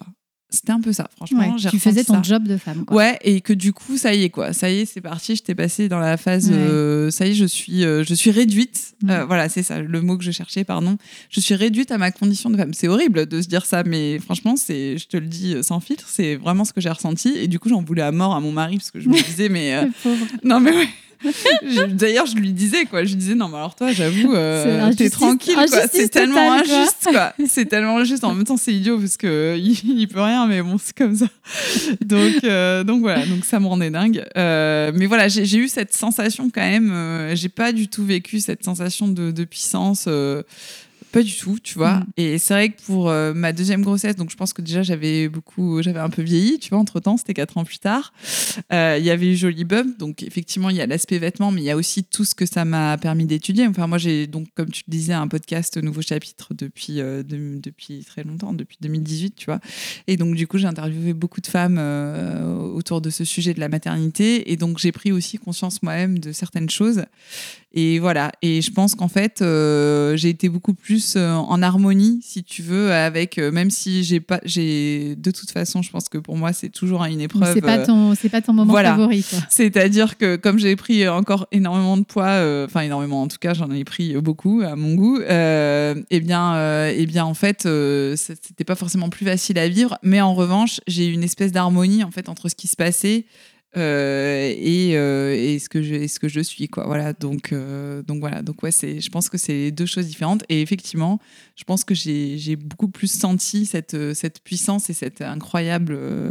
C'était un peu ça, franchement. Ouais, j'ai tu faisais ton ça. job de femme, quoi. Ouais, et que du coup, ça y est, quoi. Ça y est, c'est parti. J'étais passée dans la phase. Ouais. Euh, ça y est, je suis, euh, je suis réduite. Mm. Euh, voilà, c'est ça, le mot que je cherchais, pardon. Je suis réduite à ma condition de femme. C'est horrible de se dire ça, mais franchement, c'est, je te le dis sans filtre, c'est vraiment ce que j'ai ressenti. Et du coup, j'en voulais à mort à mon mari parce que je me disais, mais. Euh, Pauvre. non, mais ouais. Je, d'ailleurs, je lui disais, quoi. Je lui disais, non, mais alors toi, j'avoue, euh, t'es tranquille, quoi. C'est tellement totale, injuste, quoi. quoi. C'est tellement injuste. En même temps, c'est idiot parce que il, il peut rien, mais bon, c'est comme ça. Donc, euh, donc voilà. Donc ça me rendait dingue. Euh, mais voilà, j'ai, j'ai eu cette sensation quand même. Euh, j'ai pas du tout vécu cette sensation de, de puissance. Euh, Pas du tout, tu vois. Mm. Et c'est vrai que pour euh, ma deuxième grossesse, donc je pense que déjà j'avais beaucoup, j'avais un peu vieilli, tu vois, entre temps, c'était quatre ans plus tard. Euh, il y avait eu Jolie Bump, donc effectivement, il y a l'aspect vêtements, mais il y a aussi tout ce que ça m'a permis d'étudier. Enfin, moi, j'ai donc, comme tu le disais, un podcast Nouveau Chapitre depuis, euh, de, depuis très longtemps, depuis deux mille dix-huit, tu vois. Et donc, du coup, j'ai interviewé beaucoup de femmes euh, autour de ce sujet de la maternité. Et donc, j'ai pris aussi conscience moi-même de certaines choses. Et voilà. Et je pense qu'en fait, euh, j'ai été beaucoup plus euh, en harmonie, si tu veux, avec, euh, même si j'ai pas, j'ai, de toute façon, je pense que pour moi, c'est toujours une épreuve. C'est pas ton, c'est pas ton moment voilà. favori, quoi. C'est-à-dire que comme j'ai pris encore énormément de poids, enfin, euh, énormément, en tout cas, j'en ai pris beaucoup à mon goût, euh, et bien, euh, et bien, en fait, euh, c'était pas forcément plus facile à vivre. Mais en revanche, j'ai eu une espèce d'harmonie, en fait, entre ce qui se passait. Euh, et, euh, et ce que je et ce que je suis, quoi. Voilà, donc euh, donc voilà, donc ouais, c'est, je pense que c'est deux choses différentes. Et effectivement, je pense que j'ai j'ai beaucoup plus senti cette cette puissance et cette incroyable euh,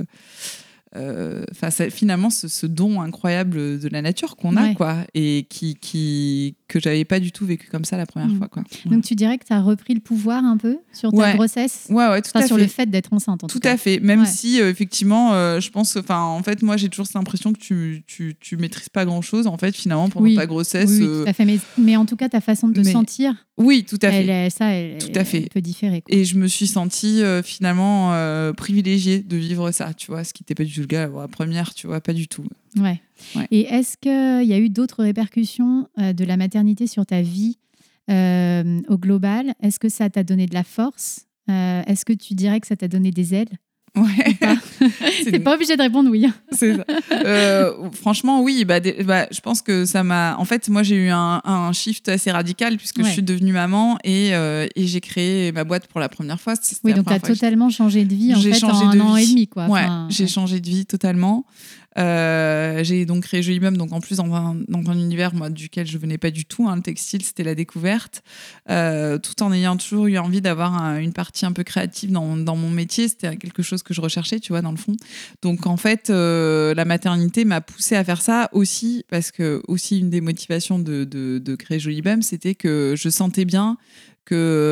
enfin euh, finalement ce, ce don incroyable de la nature qu'on a, ouais. quoi, et qui qui que j'avais pas du tout vécu comme ça la première mmh. fois, quoi. Donc ouais. tu dirais que tu as repris le pouvoir un peu sur ta ouais. grossesse, ouais ouais tout enfin, à sur fait. le fait d'être enceinte, en tout, tout cas. à fait, même ouais. si euh, effectivement euh, je pense, enfin en fait moi j'ai toujours cette impression que tu tu tu maîtrises pas grand chose en fait finalement pendant oui. ta grossesse. Oui, oui euh... tout à fait, mais mais en tout cas ta façon de te mais... sentir. Oui, tout à fait. Elle est, ça, elle, tout à fait. Elle peut différer, quoi. Et je me suis sentie euh, finalement euh, privilégiée de vivre ça, tu vois, ce qui n'était pas du tout le cas la première, tu vois, pas du tout. Ouais. ouais. Et est-ce qu'il y a eu d'autres répercussions euh, de la maternité sur ta vie euh, au global ? Est-ce que ça t'a donné de la force ? euh, Est-ce que tu dirais que ça t'a donné des ailes ? Ouais. C'est T'es pas obligé de répondre oui. C'est ça. Euh, franchement, oui. Bah, des, bah, je pense que ça m'a. En fait, moi, j'ai eu un, un shift assez radical puisque ouais. je suis devenue maman et, euh, et j'ai créé ma boîte pour la première fois. C'était oui, donc tu as totalement changé de vie en j'ai fait changé en de un an vie. et demi, quoi. Ouais, enfin, j'ai ouais. changé de vie totalement. Euh, j'ai donc créé Jolie Bump, donc en plus dans un, dans un univers moi, duquel je venais pas du tout, hein, le textile c'était la découverte, euh, tout en ayant toujours eu envie d'avoir un, une partie un peu créative dans, dans mon métier, c'était quelque chose que je recherchais, tu vois, dans le fond. Donc en fait euh, la maternité m'a poussée à faire ça aussi, parce que aussi une des motivations de, de, de créer Jolie Bump, c'était que je sentais bien que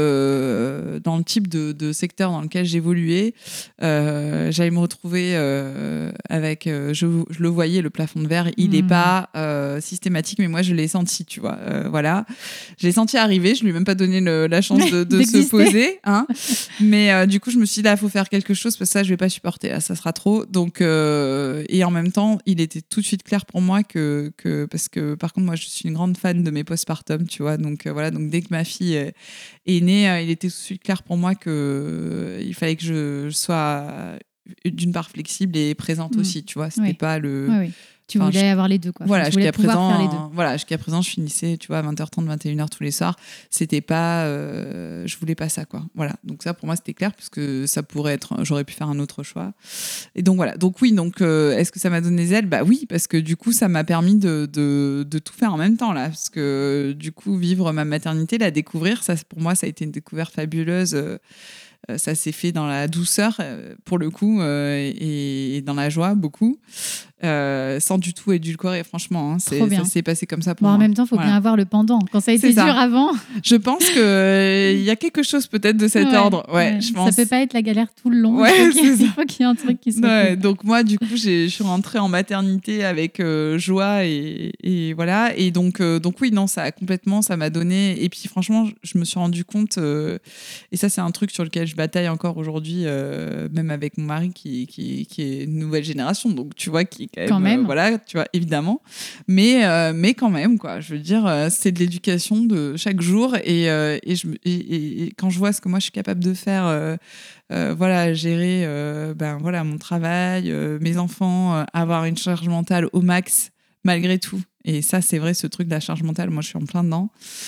euh, dans le type de, de secteur dans lequel j'évoluais, euh, j'allais me retrouver euh, avec, euh, je, je le voyais, le plafond de verre, il n'est mmh. pas euh, systématique, mais moi je l'ai senti, tu vois, euh, voilà. Je l'ai senti arriver, je lui ai même pas donné le, la chance de, de se poser, hein. Mais euh, du coup je me suis dit, là, il faut faire quelque chose, parce que ça je vais pas supporter, là, ça sera trop. Donc, euh, et en même temps, il était tout de suite clair pour moi que, que, parce que par contre, moi je suis une grande fan de mes postpartum, tu vois, donc euh, voilà, donc dès que ma fille est, est né, euh, il était tout de suite clair pour moi qu'il euh, fallait que je, je sois d'une part flexible et présente mmh. aussi, tu vois, c'était oui. pas le... Oui, oui. Tu enfin, voulais je... avoir les deux, quoi. Voilà, enfin, tu voulais pouvoir présent, faire les deux. Voilà, jusqu'à présent, je finissais, tu vois, à vingt heures trente, vingt et une heures tous les soirs. C'était pas... Euh, je voulais pas ça, quoi. Voilà, donc ça, pour moi, c'était clair, puisque ça pourrait être... J'aurais pu faire un autre choix. Et donc, voilà. Donc, oui, donc, euh, est-ce que ça m'a donné des ailes ? Bah oui, parce que du coup, ça m'a permis de, de, de tout faire en même temps, là. Parce que, du coup, vivre ma maternité, la découvrir, ça, pour moi, ça a été une découverte fabuleuse. Euh, ça s'est fait dans la douceur, pour le coup, euh, et, et dans la joie, beaucoup. Euh, sans du tout édulcorer, franchement, hein, c'est, ça s'est passé comme ça pour bon, moi. En même temps, il faut voilà. bien avoir le pendant. Quand ça a été ça. dur avant. Je pense qu'il euh, y a quelque chose peut-être de cet ouais, ordre. Ouais, ouais. je pense. Ça peut pas être la galère tout le long. Ouais, il, faut qu'il, il faut qu'il y ait un truc qui soit ouais, cool. Donc moi, du coup, j'ai, je suis rentrée en maternité avec euh, joie et, et voilà. Et donc, euh, donc oui, non, ça a complètement, ça m'a donné. Et puis franchement, je, je me suis rendu compte, euh, et ça, c'est un truc sur lequel je bataille encore aujourd'hui, euh, même avec mon mari qui, qui, qui est une nouvelle génération. Donc tu vois, qui quand même, Quand même. euh, voilà, tu vois, évidemment. Mais, euh, mais quand même, quoi. Je veux dire, euh, c'est de l'éducation de chaque jour. Et, euh, et, je, et, et, et quand je vois ce que moi, je suis capable de faire, euh, euh, voilà, gérer euh, ben, voilà, mon travail, euh, mes enfants, euh, avoir une charge mentale au max, malgré tout. Et ça, c'est vrai, ce truc de la charge mentale, moi, je suis en plein dedans.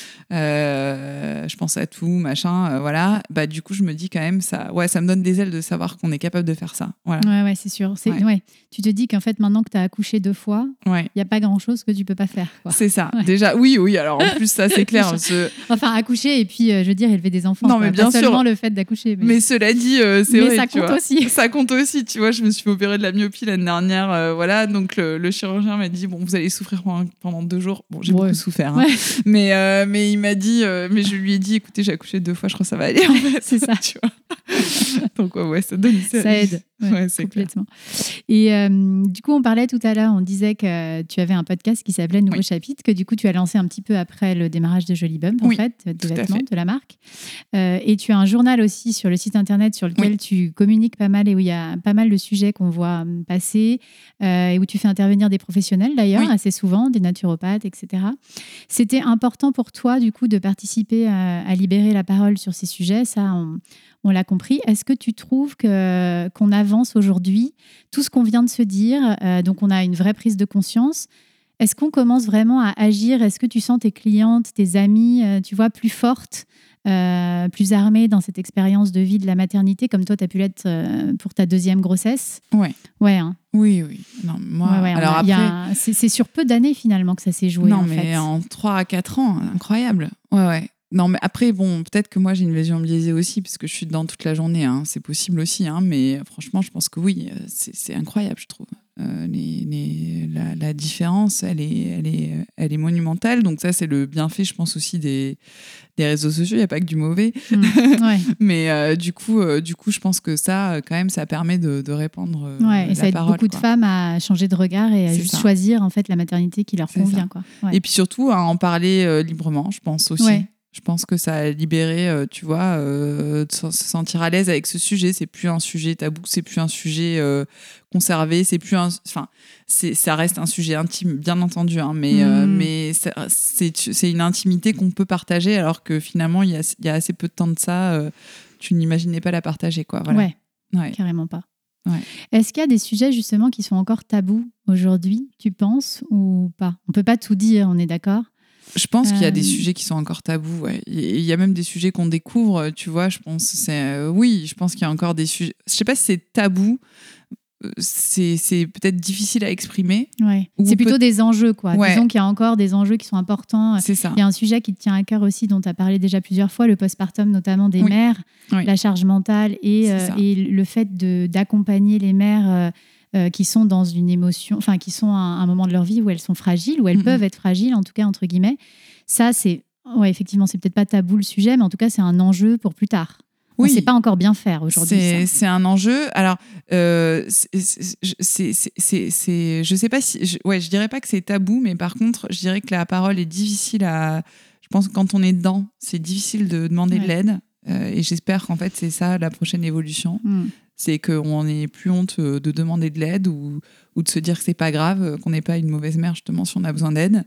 Euh, je pense à tout, machin, euh, voilà. Bah, du coup, je me dis quand même, ça, ouais, ça me donne des ailes de savoir qu'on est capable de faire ça. Voilà. Ouais, ouais, c'est sûr. C'est, Ouais. ouais. Tu te dis qu'en fait, maintenant que tu as accouché deux fois, il Ouais. n'y a pas grand-chose que tu peux pas faire. Quoi. C'est ça. Ouais. Déjà, oui, oui. Alors, en plus, ça, c'est clair. Déjà. ce- Enfin, accoucher et puis, euh, je veux dire, élever des enfants. Non, quoi. mais bien pas sûr. seulement le fait d'accoucher. Mais, Mais cela dit, euh, c'est Mais vrai. ça tu compte vois. aussi. Ça compte aussi. Tu vois, je me suis fait opérer de la myopie l'année dernière. euh, voilà. Donc, le, le chirurgien m'a dit, bon, vous allez souffrir pendant, pendant deux jours. Bon, j'ai Ouais. beaucoup souffert. Hein. Ouais. Mais, euh, mais il m'a dit, euh, mais je lui ai dit, écoutez, j'ai accouché deux fois, je crois que ça va aller. En fait. C'est ça. Tu vois. Donc, ouais, ouais, ça donne. Ça aide. Ouais, Ouais, c'est clair. complètement. Et euh, du coup, on parlait tout à l'heure, on disait que tu avais un podcast qui s'appelait Nouveau Oui. chapitre, que du coup, tu as lancé un petit peu après le démarrage de Jolie Bump, en Oui, fait, des tout à vêtements fait. de la marque. Euh, et tu as un journal aussi sur le site internet sur lequel Oui. tu communiques pas mal et où il y a pas mal de sujets qu'on voit hum, passer euh, et où tu fais intervenir des professionnels d'ailleurs, Oui. assez souvent, des naturopathes, et cetera. C'était important pour toi, du coup, de participer à, à libérer la parole sur ces sujets. Ça, on, on l'a compris. Est-ce que tu trouves que, qu'on avance aujourd'hui, tout ce qu'on vient de se dire, euh, donc on a une vraie prise de conscience. Est-ce qu'on commence vraiment à agir? Est-ce que tu sens tes clientes, tes amies, euh, tu vois, plus fortes, euh, plus armées dans cette expérience de vie de la maternité, comme toi, tu as pu l'être euh, pour ta deuxième grossesse? Ouais. Ouais, hein. Oui, oui. Non, moi, Ouais, ouais, on alors a- il y après. a un- c'est, c'est sur peu d'années finalement que ça s'est joué. Non, en mais fait. en trois à quatre ans, incroyable. Ouais, ouais. Non, mais après, bon, peut-être que moi j'ai une vision biaisée aussi, parce que je suis dedans toute la journée, hein. C'est possible aussi, hein, mais franchement, je pense que oui, c'est, c'est incroyable, je trouve. Euh, les, les, la, la différence, elle est, elle, est, elle est monumentale. Donc, ça, c'est le bienfait, je pense, aussi des, des réseaux sociaux. Il n'y a pas que du mauvais. Mmh, ouais. Mais euh, du, coup, euh, du coup, je pense que ça, quand même, ça permet de, de répandre euh, Ouais, et la ça aide parole. beaucoup quoi. de femmes à changer de regard et à C'est juste ça. choisir en fait la maternité qui leur C'est convient. ça. Quoi. Ouais. Et puis surtout, à en parler euh, librement, je pense aussi. Ouais. Je pense que ça a libéré, euh, tu vois, euh, de se se sentir à l'aise avec ce sujet. C'est plus un sujet tabou, c'est plus un sujet euh, conservé, c'est plus un. Enfin, c'est, ça reste un sujet intime, bien entendu, hein, mais, euh, Mmh. mais ça- c'est, c'est une intimité qu'on peut partager, alors que finalement, il y a, il y a assez peu de temps de ça, euh, tu n'imaginais pas la partager, quoi. Voilà. Ouais, Ouais. carrément pas. Ouais. Est-ce qu'il y a des sujets justement qui sont encore tabous aujourd'hui, tu penses, ou pas? On peut pas tout dire, on est d'accord? Je pense qu'il y a des Euh, sujets qui sont encore tabous. Ouais. Il y a même des sujets qu'on découvre, tu vois. Je pense, c'est euh, oui, je pense qu'il y a encore des sujets. Je sais pas si c'est tabou. euh, C'est, c'est peut-être difficile à exprimer. Ouais. Ou C'est plutôt peut- des enjeux, quoi. Ouais. Disons qu'il y a encore des enjeux qui sont importants. C'est ça. Il y a un sujet qui te tient à cœur aussi, dont tu as parlé déjà plusieurs fois, le postpartum, notamment des Oui. mères, Oui. la charge mentale et, C'est euh, ça. et le fait de, d'accompagner les mères euh, euh, qui sont dans une émotion, enfin, qui sont à un, un moment de leur vie où elles sont fragiles, où elles Mhm. peuvent être fragiles, en tout cas, entre guillemets. Ça, c'est, ouais, effectivement, c'est peut-être pas tabou le sujet, mais en tout cas, c'est un enjeu pour plus tard. On ne Oui. sait pas encore bien faire aujourd'hui. C'est, ça. c'est un enjeu. Alors, euh, c'est, c'est, c'est, c'est, c'est- c'est- je sais pas si, je, ouais, je dirais pas que c'est tabou, mais par contre, je dirais que la parole est difficile à. Je pense que quand on est dedans, c'est difficile de demander de Ouais. l'aide. Euh, et j'espère qu'en fait, c'est ça la prochaine évolution. Mm. C'est qu'on n'ait plus honte de demander de l'aide ou, ou de se dire que c'est pas grave, qu'on n'est pas une mauvaise mère justement si on a besoin d'aide.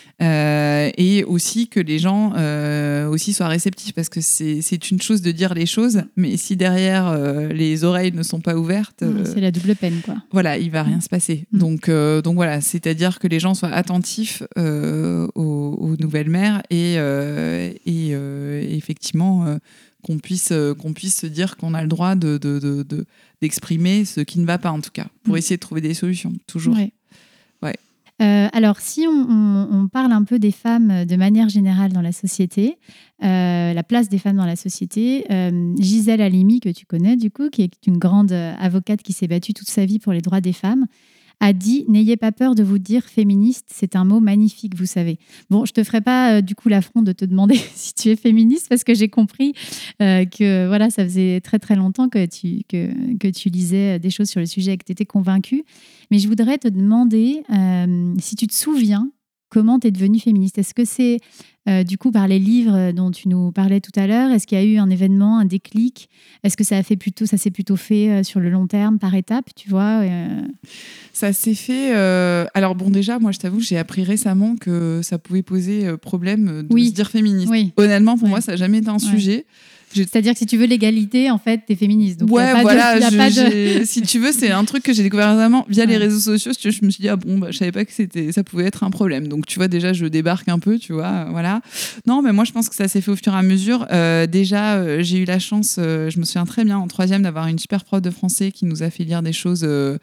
Euh, et aussi que les gens euh, aussi soient réceptifs, parce que c'est, c'est une chose de dire les choses, mais si derrière euh, les oreilles ne sont pas ouvertes, euh, C'est la double peine, quoi. voilà, il va rien se passer. Mm. Donc, euh, donc voilà, c'est-à-dire que les gens soient attentifs euh, aux, aux nouvelles mères et, euh, et, euh, et effectivement euh, qu'on puisse, euh, qu'on puisse se dire qu'on a le droit de, de, de, de- d'exprimer ce qui ne va pas, en tout cas, pour Mm. essayer de trouver des solutions, toujours. Ouais. Ouais. Euh, alors, si on, on- on parle un peu des femmes de manière générale dans la société, euh, la place des femmes dans la société, euh, Gisèle Halimi, que tu connais du coup, qui est une grande euh, avocate qui s'est battue toute sa vie pour les droits des femmes, a dit « N'ayez pas peur de vous dire féministe, c'est un mot magnifique, vous savez ». Bon, je te ferai pas euh, du coup l'affront de te demander si tu es féministe, parce que j'ai compris euh, que voilà, ça faisait très très longtemps que tu, que, que tu lisais des choses sur le sujet et que tu étais convaincue. Mais je voudrais te demander euh, si tu te souviens comment tu es devenue féministe. Est-ce que c'est Euh, du coup, par les livres dont tu nous parlais tout à l'heure, est-ce qu'il y a eu un événement, un déclic ? Est-ce que ça a fait plutôt, ça s'est plutôt fait euh, sur le long terme, par étapes, tu vois euh... Ça s'est fait. Euh... Alors bon, déjà, moi, je t'avoue, j'ai appris récemment que ça pouvait poser problème de oui. se dire féministe. Oui. Honnêtement, pour ouais. moi, ça n'a jamais été un ouais. sujet. J'ai... C'est-à-dire que si tu veux l'égalité, en fait, t'es féministe. Donc ouais, y a pas voilà. De, y a je, pas de... si tu veux, c'est un truc que j'ai découvert récemment via ouais. les réseaux sociaux. Je me suis dit, ah bon, bah, je savais pas que c'était, ça pouvait être un problème. Donc, tu vois, déjà, je débarque un peu, tu vois, voilà. Non, mais moi, je pense que ça s'est fait au fur et à mesure. Euh, déjà, euh, j'ai eu la chance, euh, je me souviens très bien, en troisième, d'avoir une super prof de français qui nous a fait lire des choses, euh,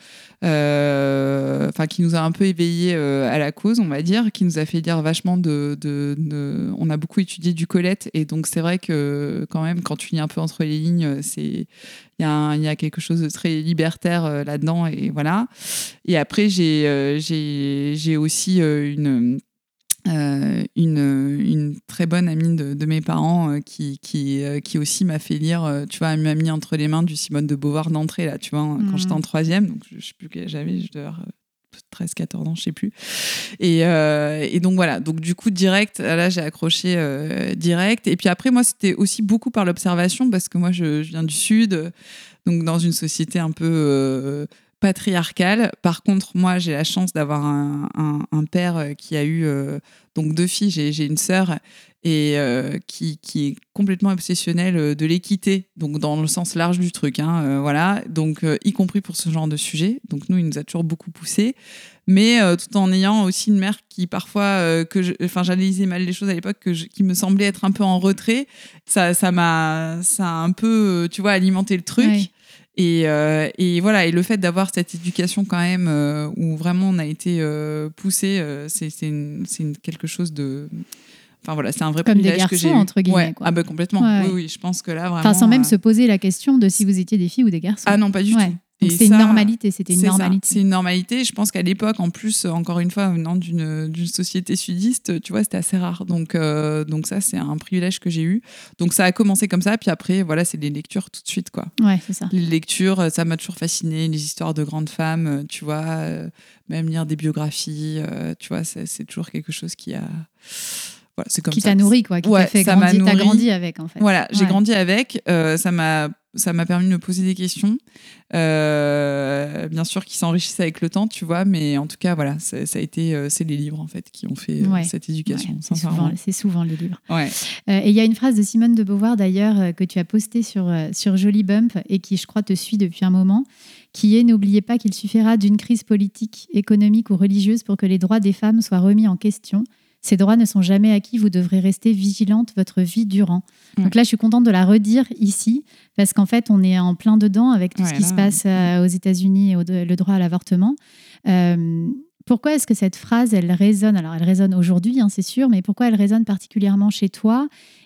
euh, enfin, qui nous a un peu éveillés euh, à la cause, on va dire, qui nous a fait lire vachement de, de, de... On a beaucoup étudié du Colette. Et donc, c'est vrai que, quand même, quand tu lis un peu entre les lignes, c'est il y, y a quelque chose de très libertaire euh, là-dedans et voilà. Et après j'ai euh, j'ai j'ai aussi euh, une euh, une une très bonne amie de, de mes parents euh, qui qui euh, qui aussi m'a fait lire, euh, tu vois, elle m'a mis entre les mains du Simone de Beauvoir d'entrée là, tu vois, mmh. quand j'étais en troisième, donc je, je sais plus quel âge j'avais, je devais avoir treize quatorze ans, je sais plus. Et, euh, et donc voilà, donc du coup direct, là j'ai accroché euh, direct. Et puis après moi c'était aussi beaucoup par l'observation parce que moi je, je viens du Sud, donc dans une société un peu euh, patriarcale. Par contre moi j'ai la chance d'avoir un, un, un père qui a eu euh, donc deux filles, j'ai, j'ai une sœur et euh, qui, qui est complètement obsessionnel de l'équité, donc dans le sens large du truc, hein, euh, voilà, donc euh, y compris pour ce genre de sujet. Donc nous, il nous a toujours beaucoup poussé, mais euh, tout en ayant aussi une mère qui parfois, euh, que je, enfin, j'analysais mal les choses à l'époque, que je, qui me semblait être un peu en retrait. Ça, ça m'a, ça a un peu, tu vois, alimenté le truc. Oui. Et, euh, et voilà, et le fait d'avoir cette éducation quand même euh, où vraiment on a été euh, poussé, euh, c'est, c'est, une, c'est une, quelque chose de... Enfin voilà, c'est un vrai comme privilège des garçons, que j'ai eu. Entre guillemets, ouais. quoi. Ah bah complètement. Ouais, oui, oui, je pense que là vraiment. Enfin, sans même euh... se poser la question de si vous étiez des filles ou des garçons. Ah non, pas du ouais. tout. Donc et c'est ça, une normalité, c'était une c'est normalité. Ça, c'est une normalité. Je pense qu'à l'époque, en plus, encore une fois, venant d'une, d'une société sudiste, tu vois, c'était assez rare. Donc, euh, donc ça, c'est un privilège que j'ai eu. Donc ça a commencé comme ça, puis après, voilà, c'est les lectures tout de suite, quoi. Ouais, c'est ça. Les lectures, ça m'a toujours fasciné, les histoires de grandes femmes, tu vois, euh, même lire des biographies, euh, tu vois, c'est, c'est toujours quelque chose qui a... Voilà, c'est comme qui ça. t'a nourri, quoi, qui ouais, t'a fait ça grandir, m'a nourri. T'as grandi avec, en fait. Voilà, j'ai ouais. grandi avec, euh, ça m'a, ça m'a permis de me poser des questions, euh, bien sûr qui s'enrichissent avec le temps, tu vois, mais en tout cas, voilà, ça, ça a été, euh, c'est les livres, en fait, qui ont fait euh, ouais. cette éducation. Ouais, c'est, souvent, c'est souvent les livres. Ouais. Euh, et il y a une phrase de Simone de Beauvoir, d'ailleurs, euh, que tu as postée sur, euh, sur Jolly Bump et qui, je crois, te suit depuis un moment, qui est « N'oubliez pas qu'il suffira d'une crise politique, économique ou religieuse pour que les droits des femmes soient remis en question. Ces droits ne sont jamais acquis, vous devrez rester vigilante votre vie durant. Mmh. » Donc là, je suis contente de la redire ici, parce qu'en fait, on est en plein dedans avec tout ouais, ce qui là, se passe euh, aux États-Unis et au, le droit à l'avortement. Euh, pourquoi est-ce que cette phrase, elle résonne ? Alors, elle résonne aujourd'hui, hein, c'est sûr, mais pourquoi elle résonne particulièrement chez toi ?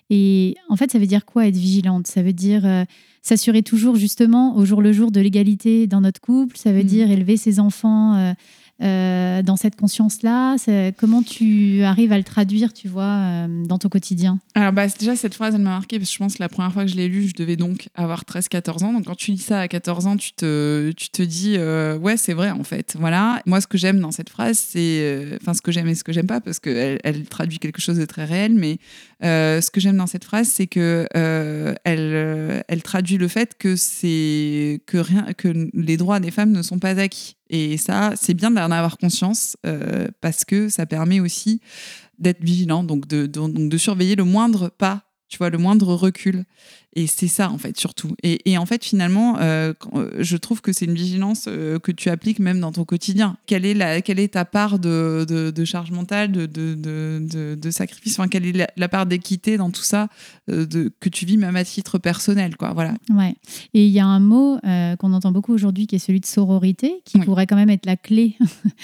Et en fait, ça veut dire quoi être vigilante ? Ça veut dire euh, s'assurer toujours justement au jour le jour de l'égalité dans notre couple. Ça veut mmh. dire élever ses enfants euh, euh, dans cette conscience-là. C'est, comment tu arrives à le traduire, tu vois, euh, dans ton quotidien ? Alors bah, déjà, cette phrase, elle m'a marquée parce que je pense que la première fois que je l'ai lue, je devais donc avoir treize quatorze ans. Donc quand tu lis ça à quatorze ans, tu te, tu te dis euh, ouais, c'est vrai en fait. Voilà. Moi, ce que j'aime dans cette phrase, c'est... Enfin, euh, ce que j'aime et ce que j'aime pas, parce qu'elle elle traduit quelque chose de très réel, mais euh, ce que j'aime dans cette phrase, c'est que euh, elle, elle traduit le fait que, c'est, que, rien, que les droits des femmes ne sont pas acquis. Et ça, c'est bien d'en avoir conscience euh, parce que ça permet aussi d'être vigilant, donc de, de, donc de surveiller le moindre pas, tu vois, le moindre recul. Et c'est ça, en fait, surtout. Et, et en fait, finalement, euh, je trouve que c'est une vigilance euh, que tu appliques même dans ton quotidien. Quelle est, la, quelle est ta part de, de, de charge mentale, de, de, de, de, de sacrifice, enfin, quelle est la, la part d'équité dans tout ça euh, de, que tu vis même à titre personnel, quoi, voilà. Ouais. Et il y a un mot euh, qu'on entend beaucoup aujourd'hui qui est celui de sororité, qui ouais. pourrait quand même être la clé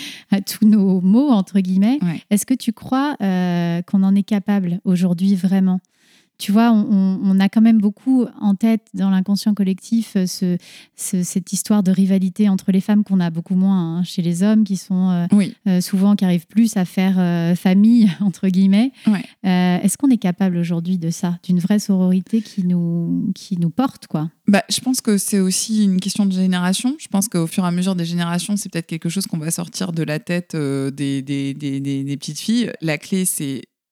à tous nos mots, entre guillemets. Ouais. Est-ce que tu crois euh, qu'on en est capable aujourd'hui vraiment ? Tu vois, on, on a quand même beaucoup en tête dans l'inconscient collectif ce, ce, cette histoire de rivalité entre les femmes qu'on a beaucoup moins hein, chez les hommes qui sont euh, oui. euh, souvent, qui arrivent plus à faire euh, famille, entre guillemets. Ouais. Euh, est-ce qu'on est capable aujourd'hui de ça, d'une vraie sororité qui nous, qui nous porte, quoi ? Bah, je pense que c'est aussi une question de génération. Je pense qu'au fur et à mesure des générations, c'est peut-être quelque chose qu'on va sortir de la tête euh, des, des, des, des, des petites filles. La clé, c'est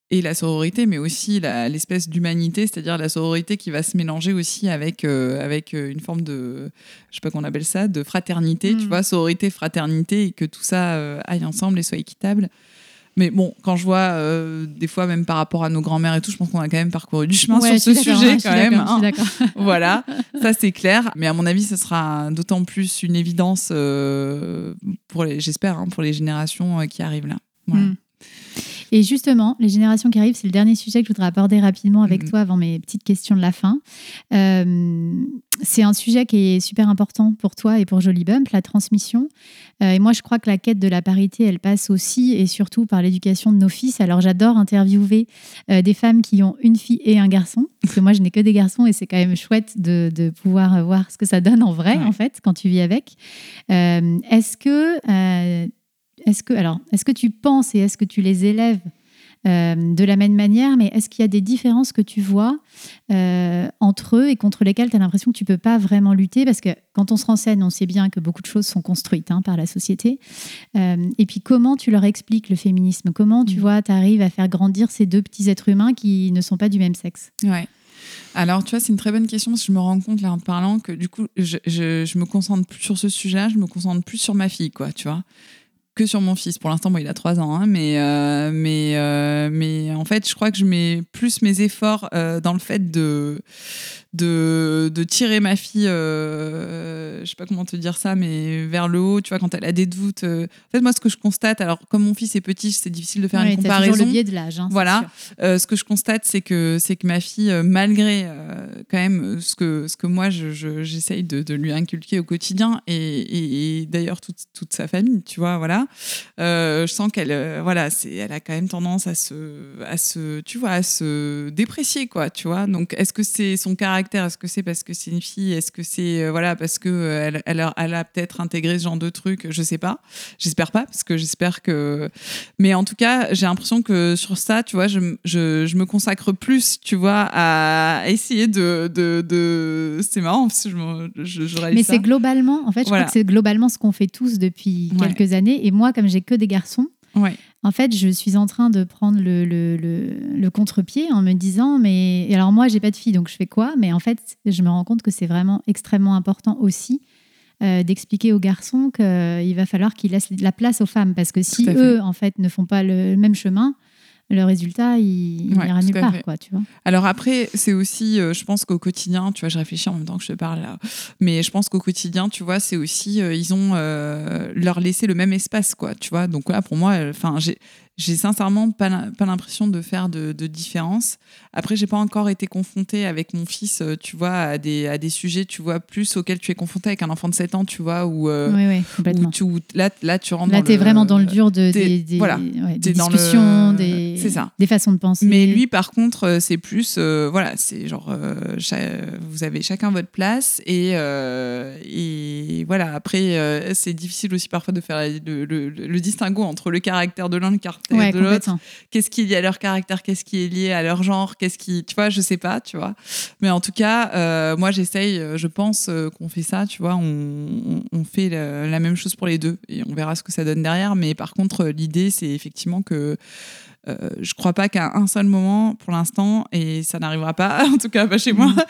et la sororité, mais aussi la, l'espèce d'humanité, c'est-à-dire la sororité qui va se mélanger aussi avec, euh, avec une forme de, je sais pas comment on appelle ça, de fraternité, mmh. tu vois, sororité, fraternité, et que tout ça euh, aille ensemble et soit équitable. Mais bon, quand je vois euh, des fois, même par rapport à nos grands-mères et tout, je pense qu'on a quand même parcouru du chemin ouais, sur ce sujet, ouais, quand même. Hein. Je suis d'accord. Voilà, ça c'est clair. Mais à mon avis, ce sera d'autant plus une évidence euh, pour les, j'espère, hein, pour les générations euh, qui arrivent là. Voilà. Mmh. Et justement, les générations qui arrivent, c'est le dernier sujet que je voudrais aborder rapidement avec mmh. toi avant mes petites questions de la fin. Euh, c'est un sujet qui est super important pour toi et pour Jolly Bump, la transmission. Euh, et moi, je crois que la quête de la parité, elle passe aussi et surtout par l'éducation de nos fils. Alors, j'adore interviewer euh, des femmes qui ont une fille et un garçon, parce que moi, je n'ai que des garçons et c'est quand même chouette de, de pouvoir voir ce que ça donne en vrai, ouais. en fait, quand tu vis avec. Euh, est-ce que... Euh, Est-ce que, alors, est-ce que tu penses et est-ce que tu les élèves euh, de la même manière, mais est-ce qu'il y a des différences que tu vois euh, entre eux et contre lesquelles tu as l'impression que tu ne peux pas vraiment lutter? Parce que quand on se renseigne, on sait bien que beaucoup de choses sont construites hein, par la société. Euh, et puis, comment tu leur expliques le féminisme? Comment, tu mmh. vois, tu arrives à faire grandir ces deux petits êtres humains qui ne sont pas du même sexe? Ouais. Alors, tu vois, c'est une très bonne question parce que je me rends compte, là, en te parlant, que du coup, je, je, je me concentre plus sur ce sujet-là, je me concentre plus sur ma fille, quoi, tu vois, que sur mon fils. Pour l'instant, bon, il a trois ans, hein, mais, euh, mais, euh, mais en fait, je crois que je mets plus mes efforts euh, dans le fait de, de, de tirer ma fille, euh, je sais pas comment te dire ça, mais vers le haut, tu vois, quand elle a des doutes. Euh... En fait, moi, ce que je constate, alors, comme mon fils est petit, c'est difficile de faire ouais, une comparaison. T'as toujours le biais de l'âge. Hein, voilà. Euh, ce que je constate, c'est que, c'est que ma fille, euh, malgré euh, quand même ce que, ce que moi, je, je, j'essaye de, de lui inculquer au quotidien, et, et, et d'ailleurs, toute, toute sa famille, tu vois, voilà. Euh, je sens qu'elle, euh, voilà, c'est, elle a quand même tendance à se, à se, tu vois, à se déprécier, quoi, tu vois. Donc, est-ce que c'est son caractère? Est-ce que c'est parce que c'est une fille? Est-ce que c'est, euh, voilà, parce que euh, elle, elle, a, elle a peut-être intégré ce genre de truc? Je sais pas. J'espère pas, parce que j'espère que. Mais en tout cas, j'ai l'impression que sur ça, tu vois, je, je, je me consacre plus, tu vois, à essayer de, de, de... c'est marrant parce que je, je, je réalise Mais ça. c'est globalement, en fait, je voilà. crois que c'est globalement ce qu'on fait tous depuis ouais. quelques années. Et moi, comme j'ai que des garçons, ouais. en fait, je suis en train de prendre le, le, le, le contre-pied en me disant, mais et alors moi, j'ai pas de fille, donc je fais quoi? Mais en fait, je me rends compte que c'est vraiment extrêmement important aussi euh, d'expliquer aux garçons qu'il va falloir qu'ils laissent la place aux femmes, parce que si eux, en fait, ne font pas le même chemin, le résultat, il n'ira ouais, nulle part, quoi, tu vois. Alors après, c'est aussi, euh, je pense qu'au quotidien, tu vois, je réfléchis en même temps que je te parle là, mais je pense qu'au quotidien, tu vois, c'est aussi, euh, ils ont euh, leur laissé le même espace, quoi, tu vois. Donc là, pour moi, enfin, euh, j'ai j'ai sincèrement pas, pas l'impression de faire de, de différence. Après, j'ai pas encore été confrontée avec mon fils, tu vois, à des, à des sujets, tu vois, plus auxquels tu es confrontée avec un enfant de sept ans, tu vois, où, euh, oui, oui, complètement. où tu, où là, là, tu rentres là, dans t'es le... Là, tu es vraiment dans le dur de, des, des, voilà, ouais, des le... discussions, des, c'est ça. des façons de penser. Mais lui, par contre, c'est plus, euh, voilà, c'est genre, euh, cha- vous avez chacun votre place, et, euh, et voilà, après, euh, c'est difficile aussi parfois de faire le, le, le, le distinguo entre le caractère de l'un et le caractère ouais, de l'autre. Qu'est-ce qui est lié à leur caractère, qu'est-ce qui est lié à leur genre, qu'est-ce qui, tu vois, je sais pas, tu vois. Mais en tout cas, euh, moi j'essaye, je pense euh, qu'on fait ça, tu vois, on, on, on fait la, la même chose pour les deux et on verra ce que ça donne derrière. Mais par contre, l'idée, c'est effectivement que euh, je crois pas qu'à un seul moment, pour l'instant, et ça n'arrivera pas, en tout cas pas chez moi,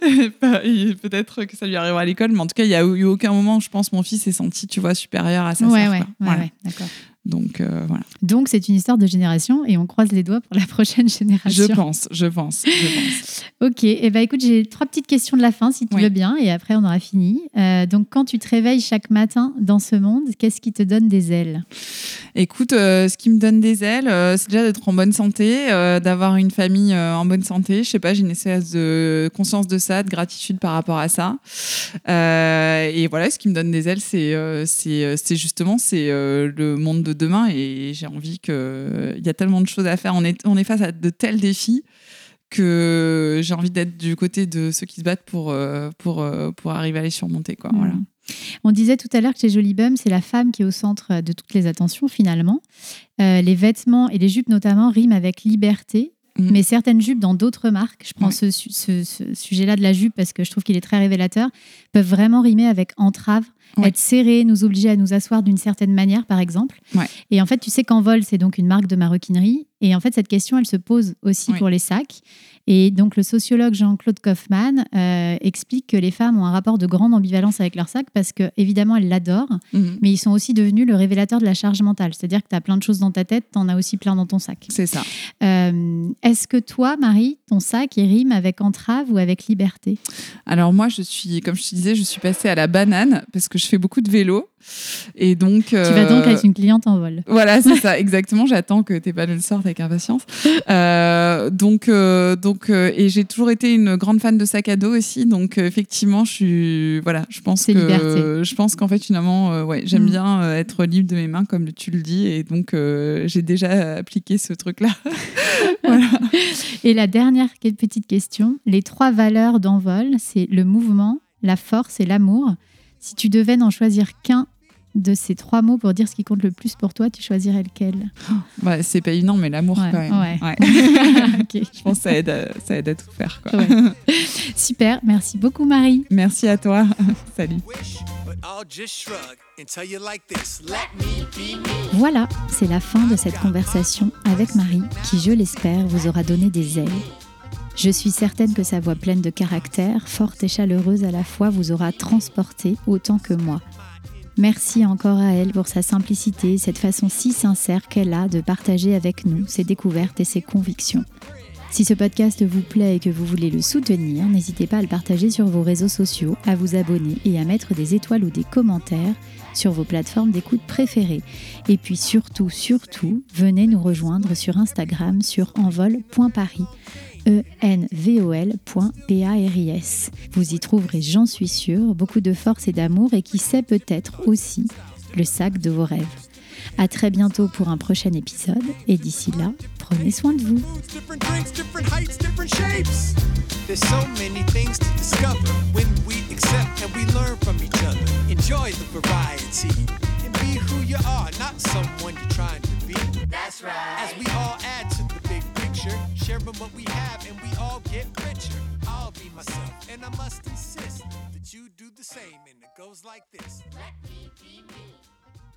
peut-être que ça lui arrivera à l'école, mais en tout cas, il y a eu aucun moment, je pense, mon fils s'est senti, tu vois, supérieur à sa ouais, sœur. Ouais, quoi. ouais, voilà. ouais, d'accord. Donc, euh, voilà. Donc, c'est une histoire de génération et on croise les doigts pour la prochaine génération. Je pense, je pense, je pense. Ok, et eh ben, écoute, j'ai trois petites questions de la fin, si tu oui. veux bien, et après, on aura fini. Euh, donc, quand tu te réveilles chaque matin dans ce monde, qu'est-ce qui te donne des ailes ? Écoute, euh, ce qui me donne des ailes, euh, c'est déjà d'être en bonne santé, euh, d'avoir une famille euh, en bonne santé. Je sais pas, j'ai une espèce de conscience de ça, de gratitude par rapport à ça. Euh, et voilà, ce qui me donne des ailes, c'est, euh, c'est, c'est justement c'est, euh, le monde de demain. Et j'ai envie que... Il y a tellement de choses à faire. On est, on est face à de tels défis que j'ai envie d'être du côté de ceux qui se battent pour, pour, pour arriver à les surmonter, quoi. Mmh. Voilà. On disait tout à l'heure que chez Jolly Bump, c'est la femme qui est au centre de toutes les attentions, finalement. Euh, les vêtements et les jupes, notamment, riment avec liberté. Mmh. Mais certaines jupes dans d'autres marques, je prends ouais. ce, ce, ce sujet-là de la jupe parce que je trouve qu'il est très révélateur, peuvent vraiment rimer avec entrave ouais. être serrés, nous obliger à nous asseoir d'une certaine manière, par exemple. Ouais. Et en fait, tu sais qu'Envol, c'est donc une marque de maroquinerie. Et en fait, cette question, elle se pose aussi oui. pour les sacs. Et donc, le sociologue Jean-Claude Kaufmann euh, explique que les femmes ont un rapport de grande ambivalence avec leur sac parce que, évidemment, elles l'adorent, mmh. mais ils sont aussi devenus le révélateur de la charge mentale. C'est-à-dire que tu as plein de choses dans ta tête, tu en as aussi plein dans ton sac. C'est ça. Euh, est-ce que toi, Marie, ton sac, il rime avec entrave ou avec liberté ? Alors moi, je suis, comme je te disais, je suis passée à la banane parce que je fais beaucoup de vélo. Et donc, euh... tu vas donc être une cliente Envol. Voilà, c'est ça, exactement. J'attends que tes panneaux sortent avec impatience. Euh, donc, euh, donc, euh, et j'ai toujours été une grande fan de sacs à dos aussi. Donc, euh, effectivement, je suis, voilà, je pense c'est que, liberté. je pense qu'en fait, finalement, euh, ouais, j'aime mmh. bien euh, être libre de mes mains, comme tu le dis. Et donc, euh, j'ai déjà appliqué ce truc-là. Voilà. Et la dernière petite question, les trois valeurs d'Envol, c'est le mouvement, la force et l'amour. Si tu devais n'en choisir qu'un de ces trois mots pour dire ce qui compte le plus pour toi, tu choisirais lequel ? Oh, bah, c'est pas évident, mais l'amour ouais, quand même. Ouais. Ouais. Okay. Je pense que ça aide à, ça aide à tout faire. Quoi. Ouais. Super, merci beaucoup Marie. Merci à toi. Salut. Voilà, c'est la fin de cette conversation avec Marie qui, je l'espère, vous aura donné des ailes. Je suis certaine que sa voix pleine de caractère, forte et chaleureuse à la fois, vous aura transporté autant que moi. Merci encore à elle pour sa simplicité, cette façon si sincère qu'elle a de partager avec nous ses découvertes et ses convictions. Si ce podcast vous plaît et que vous voulez le soutenir, n'hésitez pas à le partager sur vos réseaux sociaux, à vous abonner et à mettre des étoiles ou des commentaires sur vos plateformes d'écoute préférées. Et puis surtout, surtout, venez nous rejoindre sur Instagram sur envol point paris. E N V O L point P A R I S. Vous y trouverez, j'en suis sûre, beaucoup de force et d'amour et qui sait peut-être aussi le sac de vos rêves. À très bientôt pour un prochain épisode et d'ici là, prenez soin de vous. There's so many things to discover when we accept and we learn from each other. Enjoy the variety and be who you are, not someone you're trying to be. That's right. As we all add to the big picture, sharing what we have and we all get richer. I'll be myself and I must insist that you do the same, and it goes like this. Let me be me.